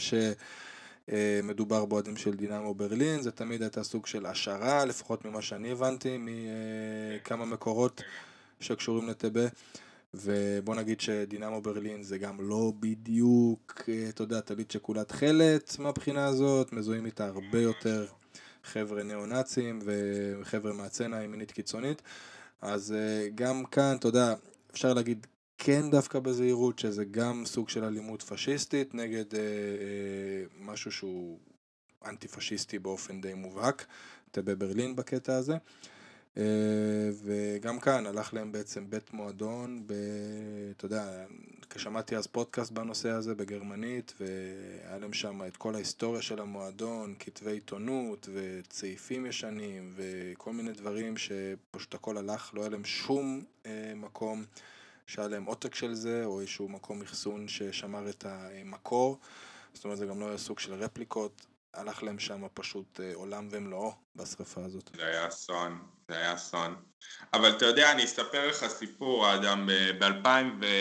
שמדובר באוהדים של דינמו ברלין, זה תמיד הייתה סוג של השערה, לפחות ממה שאני הבנתי, מכמה מקורות שקשורים לטבה, ובוא נגיד שדינמו ברלין זה גם לא בדיוק, אה, אתה יודע, טלית שכולה תכלת מהבחינה הזאת, מזוהים איתה הרבה יותר חבר'ה ניאו-נאצים וחבר'ה מהצנה הימנית קיצונית, אז uh, גם כאן, אתה יודע, אפשר להגיד כן דווקא בזהירות, שזה גם סוג של אלימות פשיסטית נגד uh, uh, משהו שהוא אנטי-פשיסטי באופן די מובהק, בברלין בקטע הזה. Uh, וגם כאן הלך להם בעצם בית מועדון, ב, אתה יודע, כשמעתי אז פודקאסט בנושא הזה בגרמנית, והיה להם שם את כל ההיסטוריה של המועדון, כתבי עיתונות וצעיפים ישנים וכל מיני דברים שפשוט הכל הלך, לא היה להם שום uh, מקום שהיה להם עותק של זה, או איזשהו מקום אחסון ששמר את המקור, זאת אומרת זה גם לא היה סוג של רפליקות, הלך להם שם פשוט uh, עולם ומלואו בשריפה הזאת. זה היה אסון, זה היה אסון. אבל אתה יודע, אני אספר לך סיפור, אדם, ב-אלפיים ו...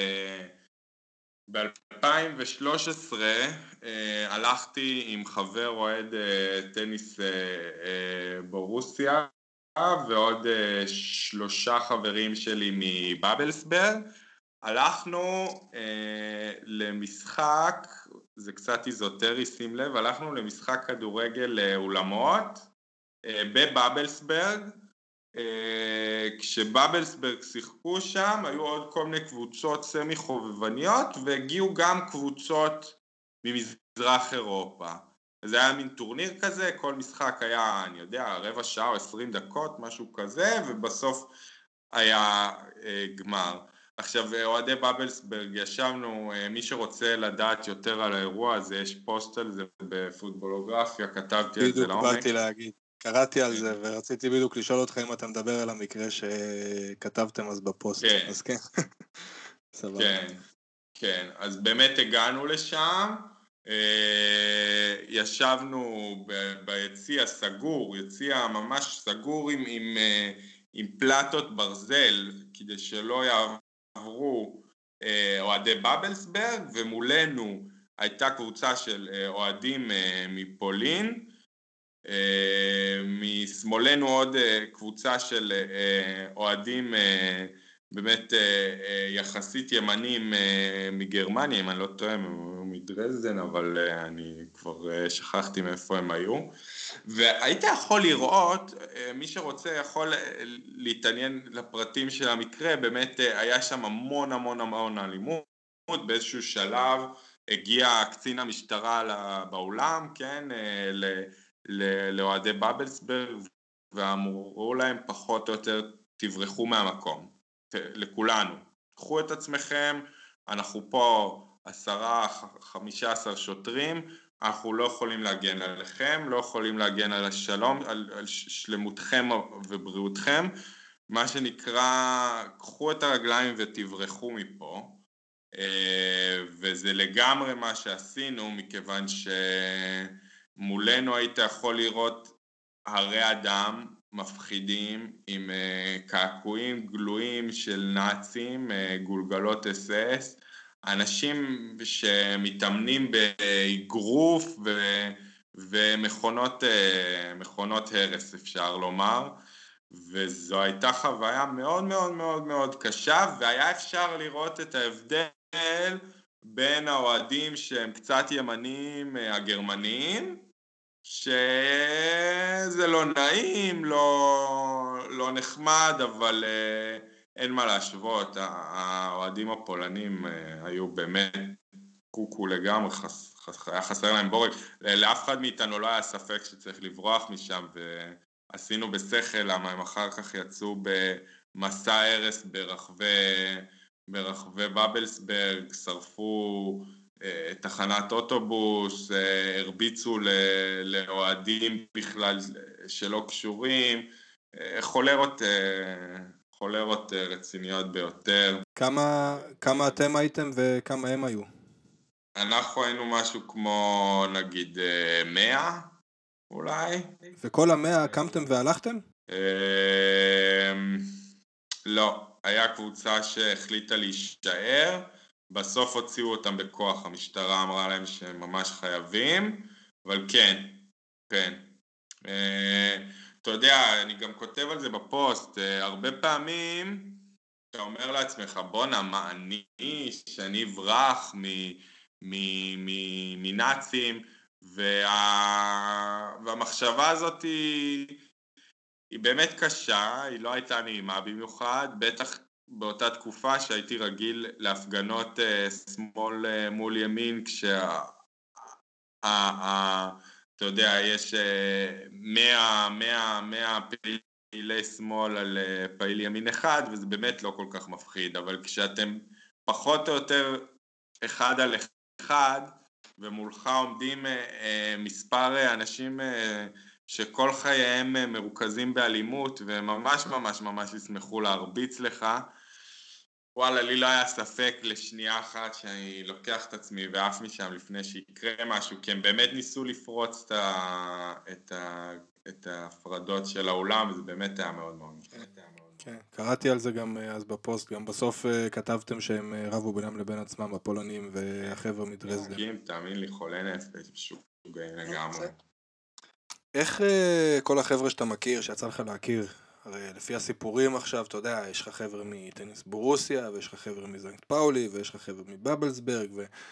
ב-אלפיים ושלוש עשרה אה, הלכתי עם חבר אוהד אה, טניס אה, אה, ברוסיה, ועוד אה, שלושה חברים שלי מבאבלסברג, הלכנו אה, למשחק, זה קצת איזוטרי, שים לב, הלכנו למשחק כדורגל לאולמות אה, בבאבלסברג, אה, כשבאבלסברג שיחקו שם, היו עוד כל מיני קבוצות סמי חובבניות, והגיעו גם קבוצות ממזרח אירופה. זה היה מין טורניר כזה, כל משחק היה, אני יודע, רבע שעה או עשרים דקות, משהו כזה, ובסוף היה אה, גמר. עכשיו, אוהדי באבלסברג, ישבנו, מי שרוצה לדעת יותר על האירוע הזה, יש פוסט על זה בפוטבולוגרפיה, כתבתי על זה בדיוק לעומק. באתי להגיד, קראתי על זה ורציתי בדיוק לשאול אותך אם אתה מדבר על המקרה שכתבתם אז בפוסט, כן, אז כן, סבבה. כן, כן, אז באמת הגענו לשם, אה, ישבנו ב- ביציע סגור, יציע ממש סגור עם, עם, אה, עם פלטות ברזל, כדי שלא יעברו אה, אוהדי באבלסברג, ומולנו הייתה קבוצה של אה, אוהדים אה, מפולין, אה, משמאלנו עוד אה, קבוצה של אה, אוהדים אה, באמת אה, אה, יחסית ימנים אה, מגרמניה, אם אני לא טועה, הם היו מדרזדן, אבל אה, אני כבר אה, שכחתי מאיפה הם היו. והיית יכול לראות, אה, מי שרוצה יכול אה, להתעניין לפרטים של המקרה, באמת אה, היה שם המון המון המון אלימות, באיזשהו שלב הגיע קצין המשטרה ל- באולם, כן, אה, ל- ל- לאוהדי באבלסברג, ואמרו להם פחות או יותר תברחו מהמקום, ת- לכולנו, קחו את עצמכם, אנחנו פה עשרה, חמישה עשר שוטרים, אנחנו לא יכולים להגן עליכם, לא יכולים להגן על השלום, על, על שלמותכם ובריאותכם, מה שנקרא, קחו את הרגליים ותברחו מפה, וזה לגמרי מה שעשינו, מכיוון שמולנו היית יכול לראות הרי אדם מפחידים עם קעקועים גלויים של נאצים, גולגלות אס אס, אנשים שמתאמנים באגרוף ו... ומכונות מכונות הרס אפשר לומר, וזו הייתה חוויה מאוד מאוד מאוד מאוד קשה, והיה אפשר לראות את ההבדל בין האוהדים שהם קצת ימנים הגרמנים, שזה לא נעים, לא, לא נחמד, אבל אין מה להשוות, האוהדים הפולנים היו באמת קוקו לגמרי, חס, חס, היה חסר להם בורג, לאף אחד מאיתנו לא היה ספק שצריך לברוח משם, ועשינו בשכל, למה הם אחר כך יצאו במסע הרס ברחבי, ברחבי באבלסברג, שרפו אה, תחנת אוטובוס, אה, הרביצו לאוהדים בכלל שלא קשורים, אה, חולרות, אה, חולרות רציניות ביותר. כמה, כמה אתם הייתם וכמה הם היו? אנחנו היינו משהו כמו נגיד מאה אולי. וכל המאה קמתם והלכתם? אמ, לא, היה קבוצה שהחליטה להישאר, בסוף הוציאו אותם בכוח, המשטרה אמרה להם שהם ממש חייבים, אבל כן, כן. אה, אתה יודע, אני גם כותב על זה בפוסט, אה, הרבה פעמים אתה אומר לעצמך, בונה, מה אני, שאני אברח מ- מ- מ- מנאצים, וה... והמחשבה הזאת היא... היא באמת קשה, היא לא הייתה נעימה במיוחד, בטח באותה תקופה שהייתי רגיל להפגנות אה, שמאל אה, מול ימין, כשה... ה- ה- אתה יודע, יש אה, מאה, מאה, מאה פעילי שמאל על אה, פעיל ימין אחד, וזה באמת לא כל כך מפחיד, אבל כשאתם פחות או יותר אחד על אחד, ומולך עומדים אה, אה, מספר אה, אנשים אה, שכל חייהם אה, מרוכזים באלימות, וממש ממש ממש ישמחו להרביץ לך, וואלה, לי לא היה ספק לשנייה אחת שאני לוקח את עצמי ועף משם לפני שיקרה משהו, כי הם באמת ניסו לפרוץ את, ה... את, ה... את ההפרדות של האולם, וזה באמת היה מאוד מאוד מפחיד. כן, קראתי על זה גם אה, אז בפוסט, גם בסוף אה, כתבתם שהם אה, רבו בינם לבין עצמם, הפולנים והחבר'ה מדרזדן. משחקים, תאמין לי, חולה נפש, משוגעים לגמרי. איך אה, כל החבר'ה שאתה מכיר, שיצא לך להכיר, הרי לפי הסיפורים עכשיו, אתה יודע, יש לך חבר'ה מטניס בורוסיה, ויש לך חבר'ה מזנקט פאולי, ויש לך חבר'ה מבבלסברג,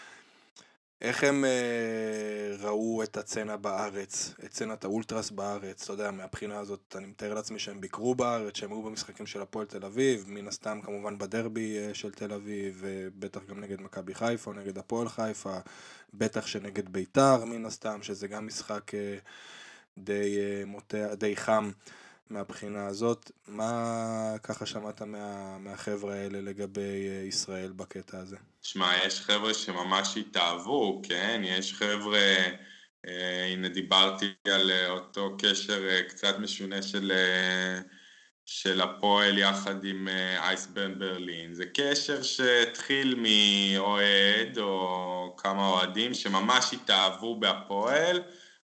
ואיך הם אה, ראו את הצצנה בארץ, את צצנת האולטרס בארץ, אתה יודע, מהבחינה הזאת, אני מתאר לעצמי שהם ביקרו בארץ, שהם היו במשחקים של הפועל תל אביב, מן הסתם כמובן בדרבי אה, של תל אביב, ובטח גם נגד מכבי חיפה, או נגד הפועל חיפה, בטח שנגד ביתר, מן הסתם, שזה גם משחק... אה, די אה, מוטע, די חם מהבחינה הזאת. מה ככה שמעת מה, מהחבר'ה האלה לגבי אה, ישראל בקטע הזה? שמע, יש חבר'ה שממש התאהבו, כן? יש חבר'ה, אה, הנה דיברתי על אה, אותו קשר אה, קצת משונה של, אה, של הפועל יחד עם אה, אייסברן ברלין. זה קשר שהתחיל מאוהד או כמה אוהדים שממש התאהבו בהפועל,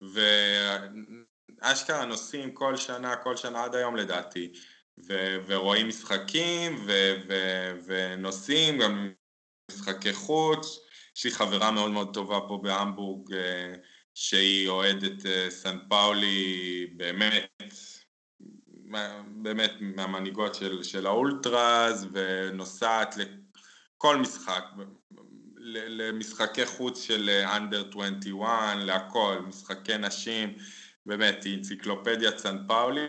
ואשכרה נוסעים כל שנה, כל שנה עד היום לדעתי, ו- ורואים משחקים ו- ו- ונוסעים גם משחקי חוץ. יש לי חברה מאוד מאוד טובה פה בהמבורג אה, שהיא אוהדת אה, סן פאולי, באמת, באמת מהמנהיגות של, של האולטראז, ונוסעת לכל משחק, למשחקי חוץ של אנדר עשרים ואחת, להכל, משחקי נשים, באמת, היא אנציקלופדיית סן פאולי,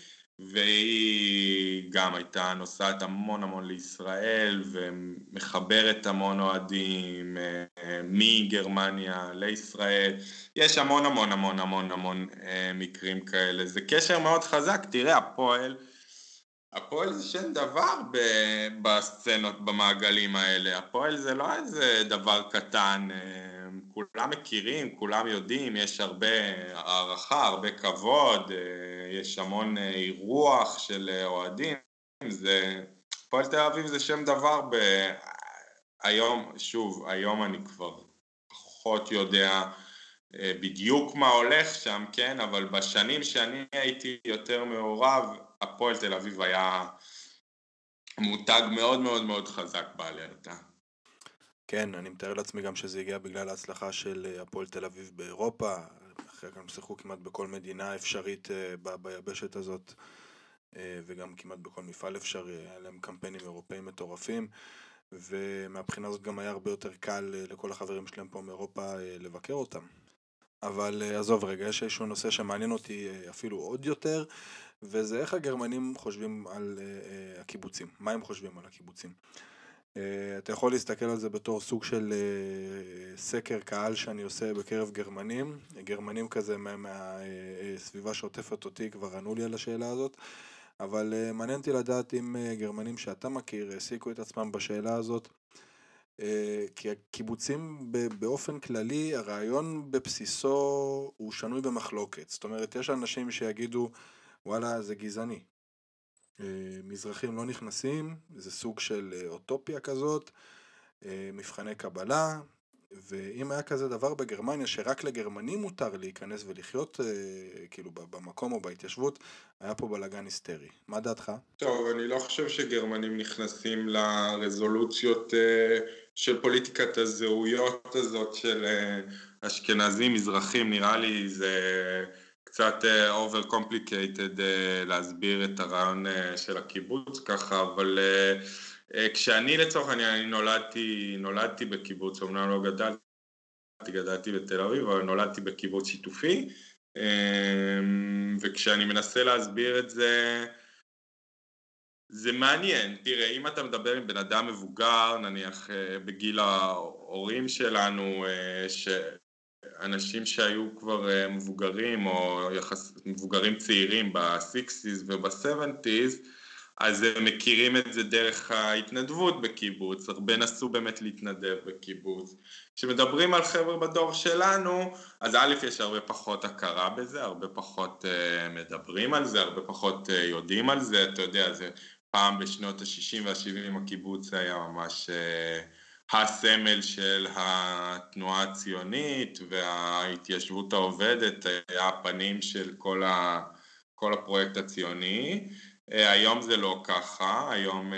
והיא גם הייתה נוסעת המון המון לישראל ומחברת המון אוהדים מגרמניה לישראל. יש המון המון המון המון המון מקרים כאלה, זה קשר מאוד חזק. תראה, הפועל הפועל זה שם דבר בסצנות, במעגלים האלה. הפועל זה לא איזה דבר קטן, כולם מכירים, כולם יודעים, יש הרבה הערכה, הרבה כבוד, יש המון אירוח של אוהדים. זה, הפועל תל אביב זה שם דבר ב... היום, שוב, היום אני כבר פחות יודע בדיוק מה הולך שם, כן? אבל בשנים שאני הייתי יותר מעורב, הפועל תל אביב היה מותג מאוד מאוד מאוד חזק בעלייתה. כן, אני מתאר לעצמי גם שזה הגיע בגלל ההצלחה של הפועל תל אביב באירופה, אחרי גם שיחקו כמעט בכל מדינה אפשרית ב- ביבשת הזאת, וגם כמעט בכל מפעל אפשרי, היה להם קמפיינים אירופאים מטורפים, ומהבחינה הזאת גם היה הרבה יותר קל לכל החברים שלהם פה מאירופה לבקר אותם. אבל עזוב רגע, יש איזשהו נושא שמעניין אותי אפילו עוד יותר, וזה איך הגרמנים חושבים על uh, הקיבוצים, מה הם חושבים על הקיבוצים. Uh, אתה יכול להסתכל על זה בתור סוג של uh, סקר קהל שאני עושה בקרב גרמנים, גרמנים כזה מהסביבה מה, uh, שעוטפת אותי כבר ענו לי על השאלה הזאת, אבל uh, מעניין אותי לדעת אם uh, גרמנים שאתה מכיר העסיקו את עצמם בשאלה הזאת, uh, כי הקיבוצים באופן כללי, הרעיון בבסיסו הוא שנוי במחלוקת, זאת אומרת יש אנשים שיגידו וואלה זה גזעני, מזרחים לא נכנסים, זה סוג של אוטופיה כזאת, מבחני קבלה, ואם היה כזה דבר בגרמניה שרק לגרמנים מותר להיכנס ולחיות אה, כאילו במקום או בהתיישבות, היה פה בלגן היסטרי. מה דעתך? טוב, אני לא חושב שגרמנים נכנסים לרזולוציות אה, של פוליטיקת הזהויות הזאת של אה, אשכנזים, מזרחים, נראה לי זה קצת אה, over complicated אה, להסביר את הרעיון אה, של הקיבוץ ככה, אבל אה, אה, כשאני לצורך העניין, אני נולדתי, נולדתי בקיבוץ, אמנם לא גדלתי, גדלתי בתל אביב, אבל נולדתי בקיבוץ שיתופי, אה, וכשאני מנסה להסביר את זה, זה מעניין, תראה, אם אתה מדבר עם בן אדם מבוגר, נניח אה, בגיל ההורים שלנו, אה, שאנשים שהיו כבר אה, מבוגרים או יחס, מבוגרים צעירים ב-סיקסטיז וב-סבנטיז, אז הם מכירים את זה דרך ההתנדבות בקיבוץ, הרבה נסו באמת להתנדב בקיבוץ. כשמדברים על חבר'ה בדור שלנו, אז א' יש הרבה פחות הכרה בזה, הרבה פחות uh, מדברים על זה, הרבה פחות uh, יודעים על זה, אתה יודע, זה פעם בשנות ה-שישים וה-שבעים הקיבוץ היה ממש uh, הסמל של התנועה הציונית וההתיישבות העובדת, היה הפנים של כל, ה, כל הפרויקט הציוני. היום זה לא ככה, היום,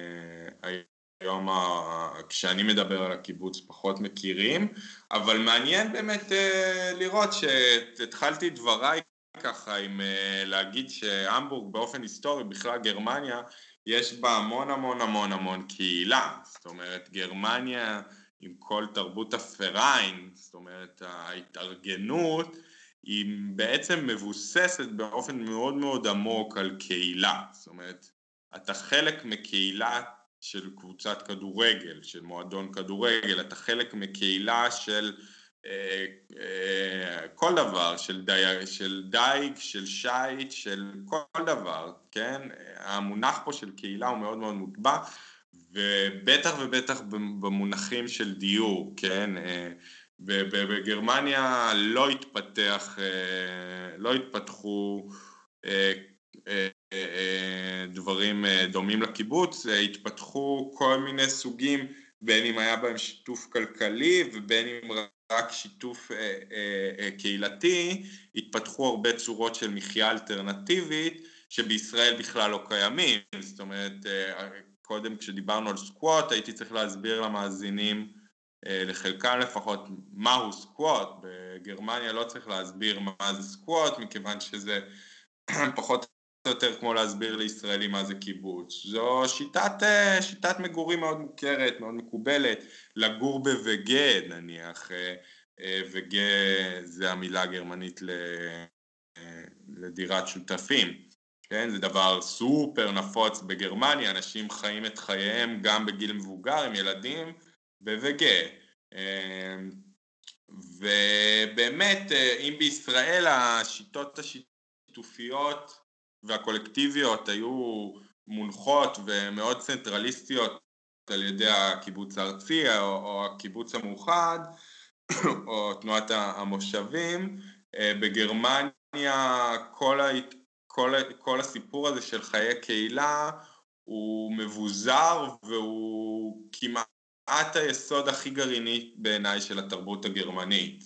היום כשאני מדבר על הקיבוץ פחות מכירים, אבל מעניין באמת לראות שהתחלתי דבריי ככה עם להגיד שהמבורג באופן היסטורי, בכלל גרמניה, יש בה המון המון המון המון קהילה, זאת אומרת גרמניה עם כל תרבות הפריין, זאת אומרת ההתארגנות, היא בעצם מבוססת באופן מאוד מאוד עמוק על קהילה, זאת אומרת, אתה חלק מקהילה של קבוצת כדורגל, של מועדון כדורגל, אתה חלק מקהילה של אה, אה, כל דבר, של, די, של דייג, של שייט, של כל דבר, כן? המונח פה של קהילה הוא מאוד מאוד מוטבע, ובטח ובטח במונחים של דיור, כן? ובגרמניה לא התפתח, לא התפתחו דברים דומים לקיבוץ, התפתחו כל מיני סוגים, בין אם היה בהם שיתוף כלכלי ובין אם רק שיתוף קהילתי, התפתחו הרבה צורות של מחיה אלטרנטיבית שבישראל בכלל לא קיימים, זאת אומרת, קודם כשדיברנו על סקווט הייתי צריך להסביר למאזינים לחלקם לפחות מהו סקווט, בגרמניה לא צריך להסביר מה זה סקווט, מכיוון שזה פחות או יותר כמו להסביר לישראלים מה זה קיבוץ. זו שיטת, שיטת מגורים מאוד מוכרת, מאוד מקובלת, לגור בווגה נניח, וגה זה המילה הגרמנית לדירת שותפים, כן? זה דבר סופר נפוץ בגרמניה, אנשים חיים את חייהם גם בגיל מבוגר עם ילדים, בווגה. ובאמת, אם בישראל השיטות השיתופיות והקולקטיביות היו מונחות ומאוד צנטרליסטיות על ידי הקיבוץ הארצי או הקיבוץ המאוחד או תנועת המושבים, בגרמניה כל, ה... כל, ה... כל הסיפור הזה של חיי קהילה הוא מבוזר והוא כמעט את היסוד הכי גרעיני בעיניי של התרבות הגרמנית.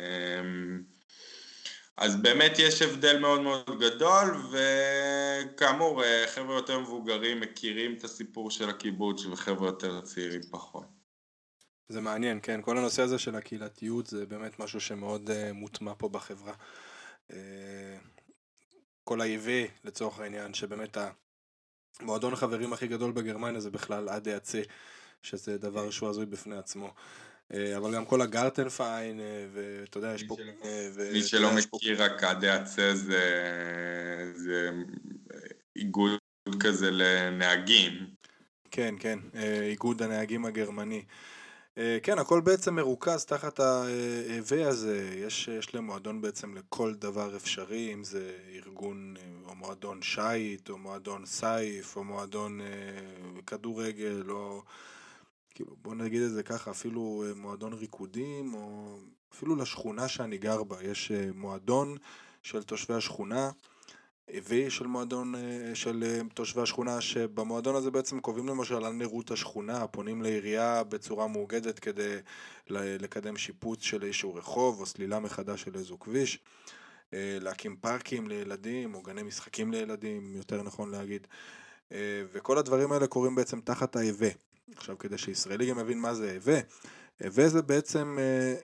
אז באמת יש הבדל מאוד מאוד גדול, וכאמור, חבר'ה יותר מבוגרים מכירים את הסיפור של הקיבוץ, וחבר'ה יותר צעירים פחות. זה מעניין, כן, כל הנושא הזה של הקהילתיות זה באמת משהו שמאוד uh, מוטמע פה בחברה. Uh, כל ה-איי וי לצורך העניין, שבאמת המועדון החברים הכי גדול בגרמניה זה בכלל עד יצא, שזה דבר שהוא עזוי בפני עצמו. אבל גם כל הגרטנפיין, ואתה יודע, יש פה... מי שלא מכיר, רק עד יצא זה איגוד כזה לנהגים. כן, כן, איגוד הנהגים הגרמני. כן, הכל בעצם מרוכז תחת ה-איי וי הזה, יש, יש להם מועדון בעצם לכל דבר אפשרי, אם זה ארגון או מועדון שייט, או מועדון סייף, או מועדון אה, כדורגל, או כאילו, בוא נגיד את זה ככה, אפילו אה, מועדון ריקודים, או אפילו לשכונה שאני גר בה, יש אה, מועדון של תושבי השכונה, וי של מועדון של תושבי השכונה, שבמועדון הזה בעצם קובעים למשל על נראות השכונה, פונים לעירייה בצורה מאוגדת כדי לקדם שיפוץ של איזשהו רחוב או סלילה מחדש של איזו כביש, להקים פארקים לילדים או גני משחקים לילדים, יותר נכון להגיד, וכל הדברים האלה קורים בעצם תחת ה-וי. עכשיו כדי שישראלי גם מבין מה זה וי, וי זה בעצם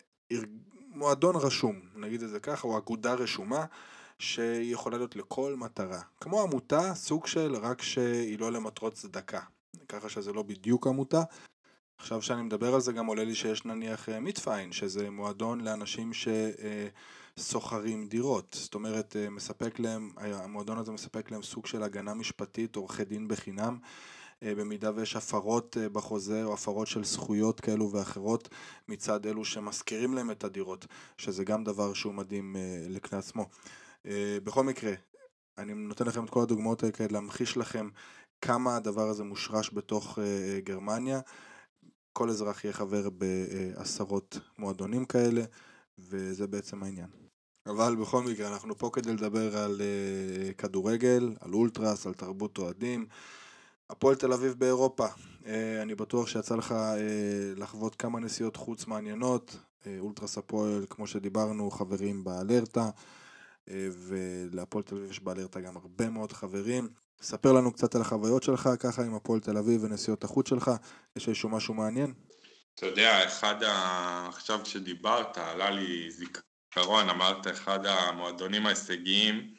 מועדון רשום, נגיד את זה ככה, או אגודה רשומה, שהיא יכולה להיות לכל מטרה. כמו עמותה, סוג של, רק שהיא לא למטרות צדקה. ככה שזה לא בדיוק עמותה. עכשיו שאני מדבר על זה גם עולה לי שיש נניח מיטפיין, שזה מועדון לאנשים שסוחרים דירות. זאת אומרת, מספק להם, המועדון הזה מספק להם סוג של הגנה משפטית, עורכי דין בחינם, במידה ויש הפרות בחוזה או הפרות של זכויות כאלו ואחרות מצד אלו שמזכירים להם את הדירות, שזה גם דבר שהוא מדהים לכני עצמו. בכל מקרה, אני נותן לכם את כל הדוגמאות האלה כדי להמחיש לכם כמה הדבר הזה מושרש בתוך גרמניה. כל אזרח יהיה חבר בעשרות מועדונים כאלה, וזה בעצם העניין. אבל בכל מקרה, אנחנו פה כדי לדבר על כדורגל, על אולטרס, על תרבות אוהדים. הפועל תל אביב באירופה, אני בטוח שיצא לך לחוות כמה נסיעות חוץ מעניינות. אולטרס הפועל, כמו שדיברנו, חברים באלרטה, ולהפועל תל אביב יש באלרטה גם הרבה מאוד חברים. ספר לנו קצת על החוויות שלך, ככה עם הפועל תל אביב ונסיעות החוץ שלך. יש איזשהו משהו מעניין? אתה יודע, אחד ה... עכשיו כשדיברת, עלה לי זיכרון, אמרת אחד המועדונים ההישגיים.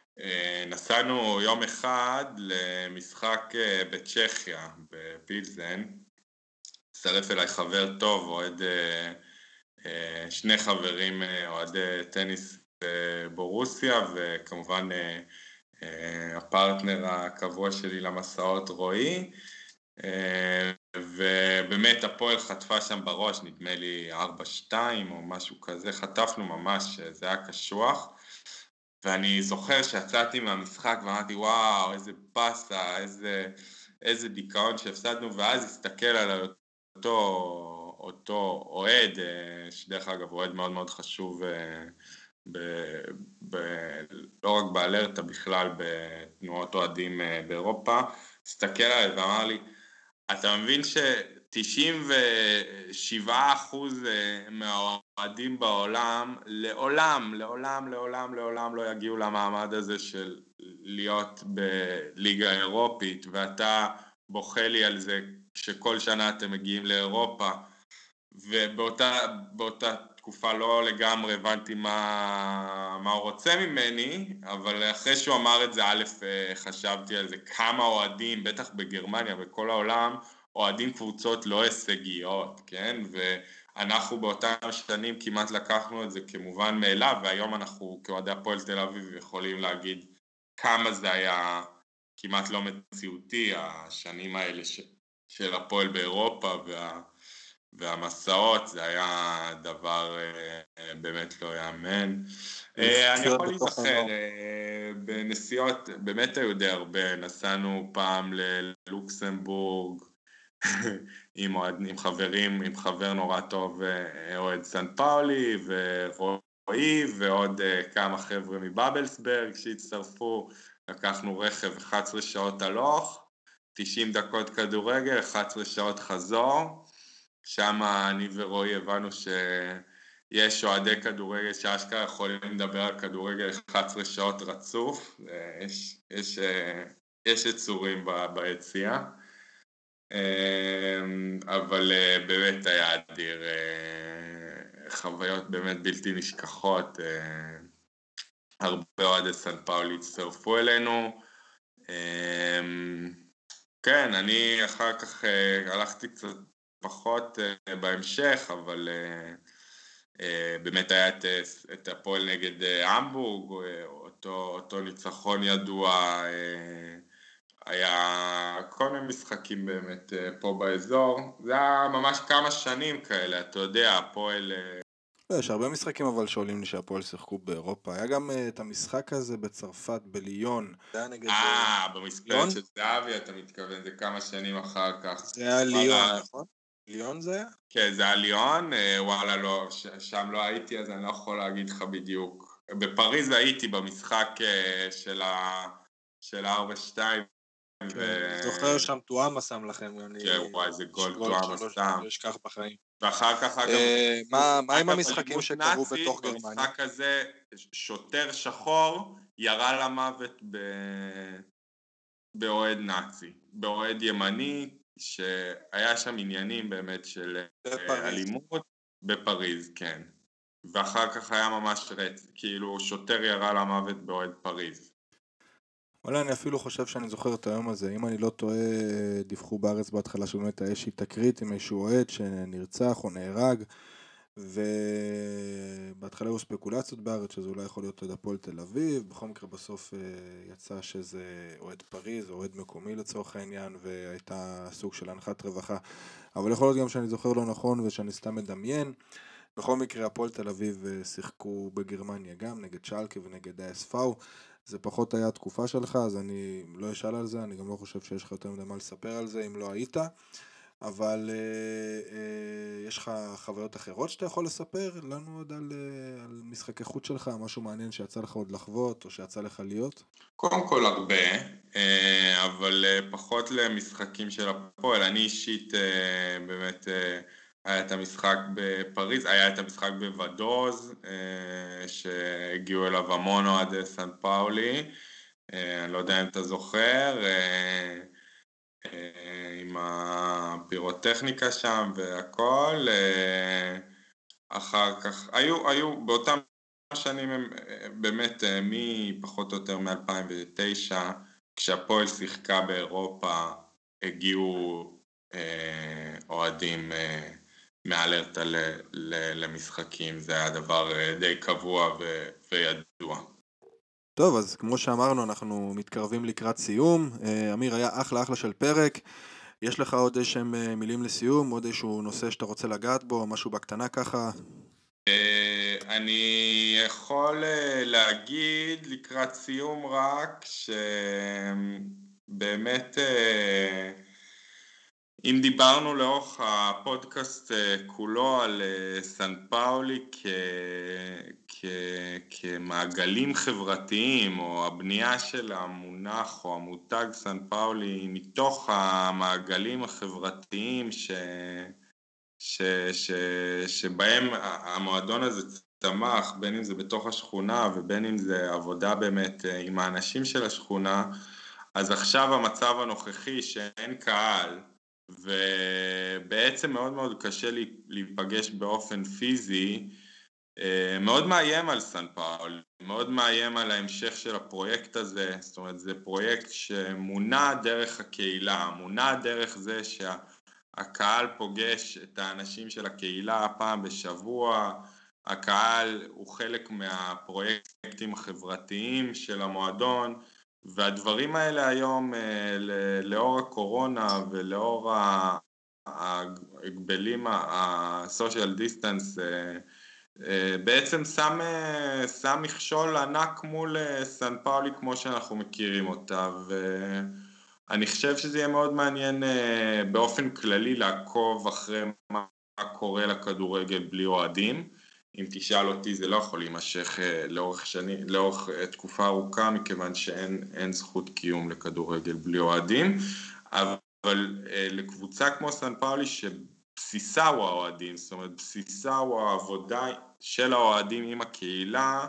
נסענו יום אחד למשחק בצ'כיה, בפילזן. הצטרף אליי חבר טוב, אוהד, שני חברים אוהדי טניס בורוסיה, וכמובן הפרטנר הקבוע שלי למסעות רועי, ובאמת הפועל חטפה שם בראש, נדמה לי ארבע שתיים או משהו כזה, חטפנו ממש, זה היה קשוח, ואני זוכר שיצאתי מהמשחק ואמרתי וואו איזה פסה, איזה, איזה דיכאון שהפסדנו, ואז הסתכל על אותו, אותו אוהד, שדרך אגב אוהד מאוד מאוד חשוב, ב, ב, לא רק באלרטה, בכלל בתנועות אוהדים באירופה, הסתכל עליי ואמר לי, אתה מבין ש-תשעים ושבעה אחוז מהאוהדים בעולם לעולם, לעולם, לעולם, לעולם לא יגיעו למעמד הזה של להיות בליגה אירופית, ואתה בוכה לי על זה שכל שנה אתם מגיעים לאירופה, ובאותה באותה תקופה לא לגמרי הבנתי מה, מה הוא רוצה ממני, אבל אחרי שהוא אמר את זה, א', חשבתי על זה, כמה אוהדים, בטח בגרמניה, בכל העולם, אוהדים קבוצות לא הישגיות, כן? ואנחנו באותם שנים כמעט לקחנו את זה כמובן מאליו, והיום אנחנו כאוהדי הפועל תל אביב יכולים להגיד כמה זה היה כמעט לא מציאותי, השנים האלה ש, של הפועל באירופה, וה... והמסעות, זה היה דבר באמת לא יאמן. אני יכול להיזכר בנסיעות, באמת היו די הרבה, נסענו פעם ללוקסמבורג עם, עם חברים, עם חבר נורא טוב, אוהד סן פאולי ורועי, ועוד כמה חבר'ה מבאבלסברג שהצטרפו, לקחנו רכב אחת עשרה שעות הלוך, תשעים דקות כדורגל, אחת עשרה שעות חזור, שם אני ורועי הבנו שיש אוהדי כדורגל שאשכרה יכולים לדבר על כדורגל אחת עשרה שעות רצוף, יש, יש, יש יצורים ביציאה, אבל באמת היה אדיר, חוויות באמת בלתי נשכחות, הרבה אוהדי סן פאולי הצטרפו אלינו, כן, אני אחר כך הלכתי קצת פחות uh, בהמשך, אבל uh, uh, באמת היה את, את הפועל נגד uh, המבורג, uh, אותו, אותו ניצחון ידוע, uh, היה כל מיני משחקים באמת uh, פה באזור, זה היה ממש כמה שנים כאלה, אתה יודע, הפועל... Uh... לא, יש הרבה משחקים אבל שעולים לי שהפועל שיחקו באירופה, היה גם uh, את המשחק הזה בצרפת, בליון. אה, במספרת של זהבי אתה מתכוון, זה כמה שנים אחר כך. זה היה ליון, נכון? ליון זה היה? כן, זה היה ליון, וואלה, לא, שם לא הייתי, אז אני לא יכול להגיד לך בדיוק. בפריז הייתי במשחק של ה... של ה-ארבע שתיים. כן, אני זוכר שם טועמה שם לכם, כן, וואי, זה גול גול טועמה שלוש סתם. לא אשכח בחיים. ואחר כך, אגב, אה, מה מה עם אגב, המשחקים אלימות שקרו נאצית, בתוך גרמניה? במשחק הזה שוטר שחור ירה למוות ב... באוהד נאצי, באוהד ימני, שהיה שם עניינים באמת של בפריז. אלימות בפריז, כן. ואחר כך היה ממש רץ, כאילו שוטר ירה למוות באוהד פריז. אולי אני אפילו חושב שאני זוכר את היום הזה, אם אני לא טועה, דיווחו בארץ בהתחלה שבאמת היה איזושהי תקרית עם איזשהו אוהד שנרצח או נהרג, ובהתחלה היו ספקולציות בארץ שזה אולי יכול להיות אוהד הפועל תל אביב, בכל מקרה בסוף יצא שזה אוהד פריז, אוהד מקומי לצורך העניין, והייתה סוג של הנחת רווחה, אבל יכול להיות גם שאני זוכר לא נכון ושאני סתם מדמיין. בכל מקרה הפועל תל אביב שיחקו בגרמניה גם נגד שלקה ונגד אס פאו, זה פחות היה התקופה שלך, אז אני לא אשאל על זה, אני גם לא חושב שיש לך יותר מדי מה לספר על זה אם לא היית, אבל אה, אה, יש לך חוויות אחרות שאתה יכול לספר לנו עוד על, אה, על משחקי חוץ שלך, משהו מעניין שיצא לך עוד לחוות או שיצא לך להיות? קודם כל הרבה, אה, אבל אה, פחות למשחקים של הפועל. אני אישית אה, באמת אה, היה את המשחק בפריז, היה את המשחק בוודוז, אה, שהגיעו אליו המון אוהדי סן פאולי, אה, אני לא יודע אם אתה זוכר, אה, אה, עם הפירוטכניקה שם והכל, אה, אחר כך, היו, היו באותם שנים הם באמת מפחות או יותר מ-אלפיים ותשע, כשהפועל שיחקה באירופה, הגיעו אה, אוהדים אה, מאלרטה ל, ל, למשחקים, זה היה דבר אה, די קבוע ו, וידוע. טוב, אז כמו שאמרנו, אנחנו מתקרבים לקראת סיום. אה, אמיר, היה אחלה אחלה של פרק. יש לך עוד איזשהם אה, מילים לסיום, עוד איזשהו נושא שאתה רוצה לגעת בו, משהו בקטנה ככה? אני יכול להגיד לקראת סיום רק שבאמת אם דיברנו לאורך הפודקאסט כולו על סן פאולי כ... כ... כמעגלים חברתיים או הבנייה של המונח או המותג סן פאולי מתוך המעגלים החברתיים ש... ש, ש, שבהם המועדון הזה צמח, בין אם זה בתוך השכונה ובין אם זה עבודה באמת עם האנשים של השכונה, אז עכשיו המצב הנוכחי שאין קהל ובעצם מאוד מאוד קשה להיפגש באופן פיזי, מאוד מאיים על סן פאולי, מאוד מאיים על ההמשך של הפרויקט הזה. זאת אומרת, זה פרויקט שמונע דרך הקהילה, מונע דרך זה שה... הקהל פוגש את האנשים של הקהילה פעם בשבוע, הקהל הוא חלק מהפרויקטים החברתיים של המועדון, והדברים האלה היום לאור הקורונה ולאור ההגבלים ה-social distance בעצם שם, שם מכשול ענק מול סן פאולי כמו שאנחנו מכירים אותה, ואני חושב שזה יהיה מאוד מעניין באופן כללי לעקוב אחרי מה קורה לכדורגל בלי אוהדים. אם תשאל אותי זה לא יכול להימשך לאורך שנים, לאורך תקופה ארוכה, מכיוון שאין אין זכות קיום לכדורגל בלי אוהדים, אבל לקבוצה כמו סן פאולי שבסיסה הוא האוהדים, זאת אומרת בסיסה הוא העבודה של האוהדים עם הקהילה,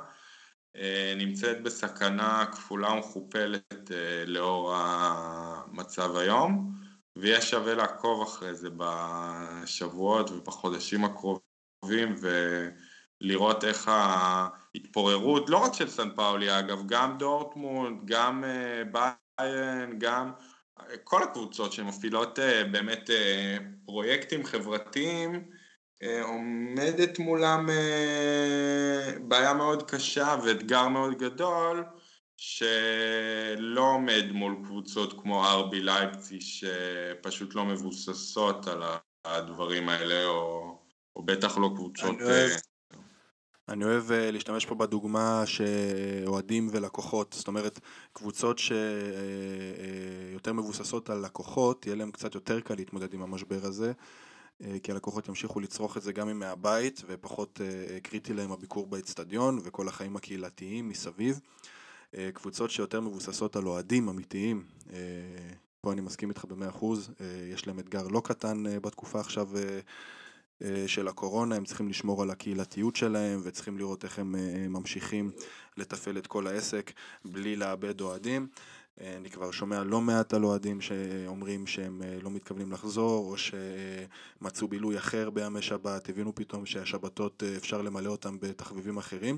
נמצאת בסכנה כפולה ומכופלת לאור המצב היום, ויהיה שווה לעקוב אחרי זה בשבועות ובחודשים הקרובים ולראות איך ההתפוררות, לא רק של סן פאולי אגב, גם דורטמונד, גם ביירן, גם כל הקבוצות שמפעילות באמת פרויקטים חברתיים, עומדת מולם בעיה מאוד קשה ואתגר מאוד גדול שלא עומד מול קבוצות כמו אר בי לייפציג שפשוט לא מבוססות על הדברים האלה, או, או בטח לא קבוצות... אני אוהב, אני אוהב להשתמש פה בדוגמה שאוהדים ולקוחות, זאת אומרת קבוצות שיותר מבוססות על לקוחות, יהיה להם קצת יותר קל להתמודד עם המשבר הזה. כי הלקוחות ימשיכו לצרוך את זה גם מהבית, ופחות קריטי להם הביקור באצטדיון וכל החיים הקהילתיים מסביב. קבוצות שיותר מבוססות על אוהדים אמיתיים, פה אני מסכים איתך ב-מאה אחוז, יש להם אתגר לא קטן בתקופה עכשיו של הקורונה, הם צריכים לשמור על הקהילתיות שלהם וצריכים לראות איך הם ממשיכים לטפל את כל העסק בלי לאבד אוהדים. אני כבר שומע לא מעט על אוהדים שאומרים שהם לא מתכוונים לחזור או שמצאו בילוי אחר בימי שבת, הבינו פתאום שהשבתות אפשר למלא אותם בתחביבים אחרים.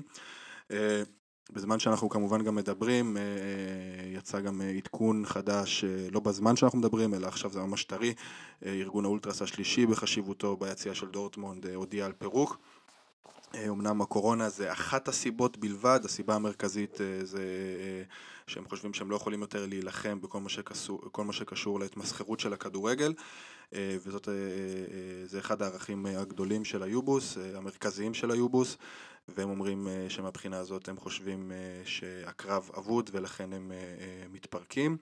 בזמן שאנחנו כמובן גם מדברים, יצא גם עדכון חדש, לא בזמן שאנחנו מדברים, אלא עכשיו זה ממש טרי, ארגון האולטרס השלישי בחשיבותו ביציאה של דורטמונד הודיע על פירוק. אמנם הקורונה זה אחת הסיבות בלבד, הסיבה המרכזית זה שהם חושבים שהם לא יכולים יותר להילחם בכל מה שקשור, כל מה שקשור להתמסחרות של הכדורגל, וזאת זה אחד הערכים הגדולים של היובוס, המרכזיים של היובוס, והם אומרים שמבחינה הזאת הם חושבים שהקרב אבוד ולכן הם מתפרקים.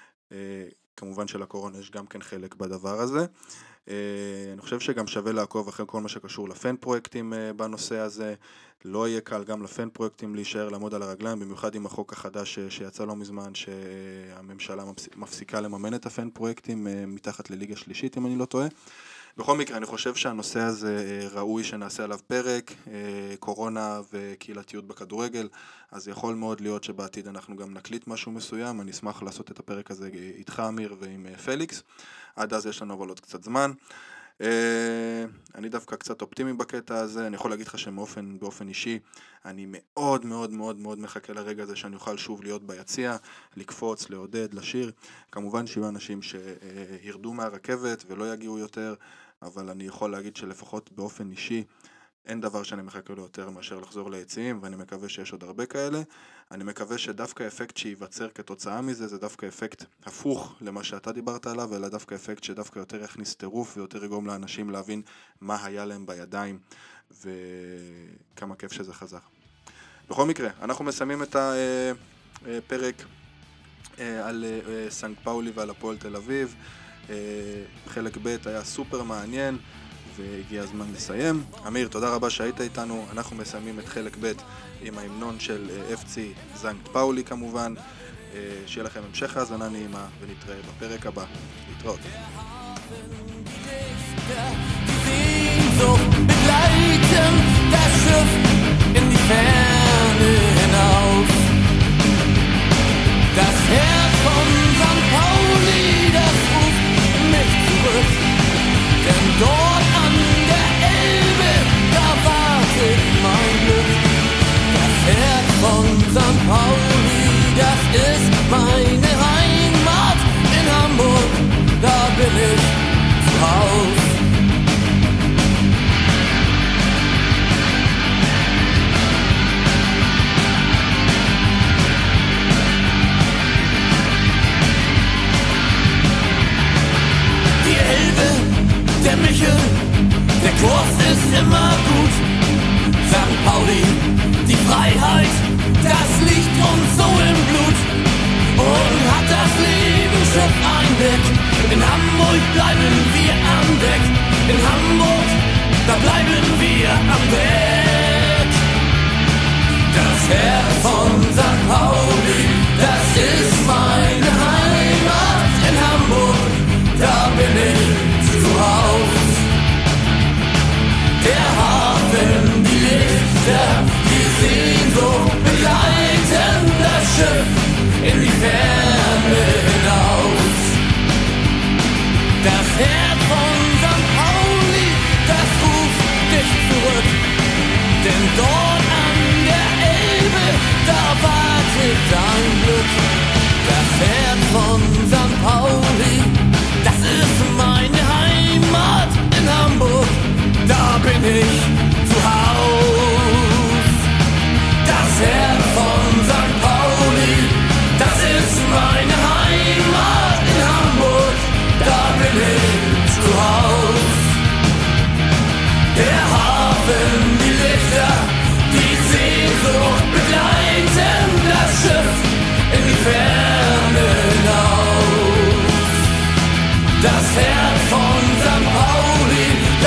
כמובן שלקורונה יש גם כן חלק בדבר הזה. אני חושב שגם שווה לעקוב אחרי כל מה שקשור לפן פרויקטים בנושא הזה. לא יהיה קל גם לפן פרויקטים להישאר לעמוד על הרגליים, במיוחד עם החוק החדש שיצא לא מזמן שהממשלה מפסיקה לממן את הפן פרויקטים מתחת לליגה שלישית אם אני לא טועה. בכל מקרה אני חושב שהנושא הזה ראוי שנעשה עליו פרק, קורונה וקהילתיות בכדורגל, אז יכול מאוד להיות שבעתיד אנחנו גם נקליט משהו מסוים, אני אשמח לעשות את הפרק הזה איתך אמיר ועם פליקס, עד אז יש לנו אבל עוד קצת זמן. אני דווקא קצת אופטימי בקטע הזה, אני יכול להגיד לך שבאופן באופן אישי אני מאוד מאוד מאוד מאוד מחכה לרגע הזה שאני אוכל שוב להיות ביציע, לקפוץ, לעודד, לשיר. כמובן שיהיו אנשים שירדו מהרכבת ולא יגיעו יותר, אבל אני יכול להגיד שלפחות באופן אישי אין דבר שאני מחכה לו יותר מאשר לחזור ליציעים, ואני מקווה שיש עוד הרבה כאלה. אני מקווה שדווקא האפקט שייווצר כתוצאה מזה, זה דווקא אפקט הפוך למה שאתה דיברת עליו, אלא דווקא אפקט שדווקא יותר יכניס טירוף ויותר יגרום לאנשים להבין מה היה להם בידיים וכמה כיף שזה חזר. בכל מקרה, אנחנו מסיימים את הפרק על סנט פאולי ועל הפועל תל אביב. חלק ב' היה סופר מעניין והגיע הזמן לסיים. אמיר, תודה רבה שהיית איתנו. אנחנו מסיימים את חלק ב' עם ההמנון של אף סי זנקט פאולי כמובן. שיהיה לכם המשך האזנה נעימה ונתראה בפרק הבא. להתראות. Das Herz von Sankt Pauli, das ruft mich zurück, denn dort an der Elbe, da wartet mein Glück. Das Herz von Sankt Pauli, das ist meine Heimat in Hamburg, da bin ich zu Haus. Der Michel, der Kurs ist immer gut. Sankt Pauli, die Freiheit, das liegt uns so im Blut. Und hat das Lebensschiff ein Deck. In Hamburg bleiben wir am Deck. In Hamburg, da bleiben wir am Deck. Das Herz von Sankt Pauli, das ist meine Heimat in Hamburg. Da bin ich zu Haus. Der Hafen, die Lichter, die Sehnsucht begleiten das Schiff in die Ferne hinaus. Das Herz von Sankt Pauli, das ruft dich zurück, denn dort an der Elbe, da wartet dein Glück. Das Herz von Sankt Pauli, das ist meine Heimat in Hamburg, da bin ich zu Haus. Das Herz von Sankt Pauli, das ist meine Heimat in Hamburg, da bin ich zu Haus. Der Hafen, die Lichter, die Sehnsucht begleiten das Schiff in die Ferne hinaus. Das Herz von Sankt Pauli,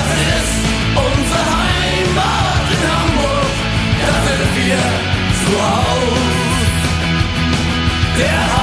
Der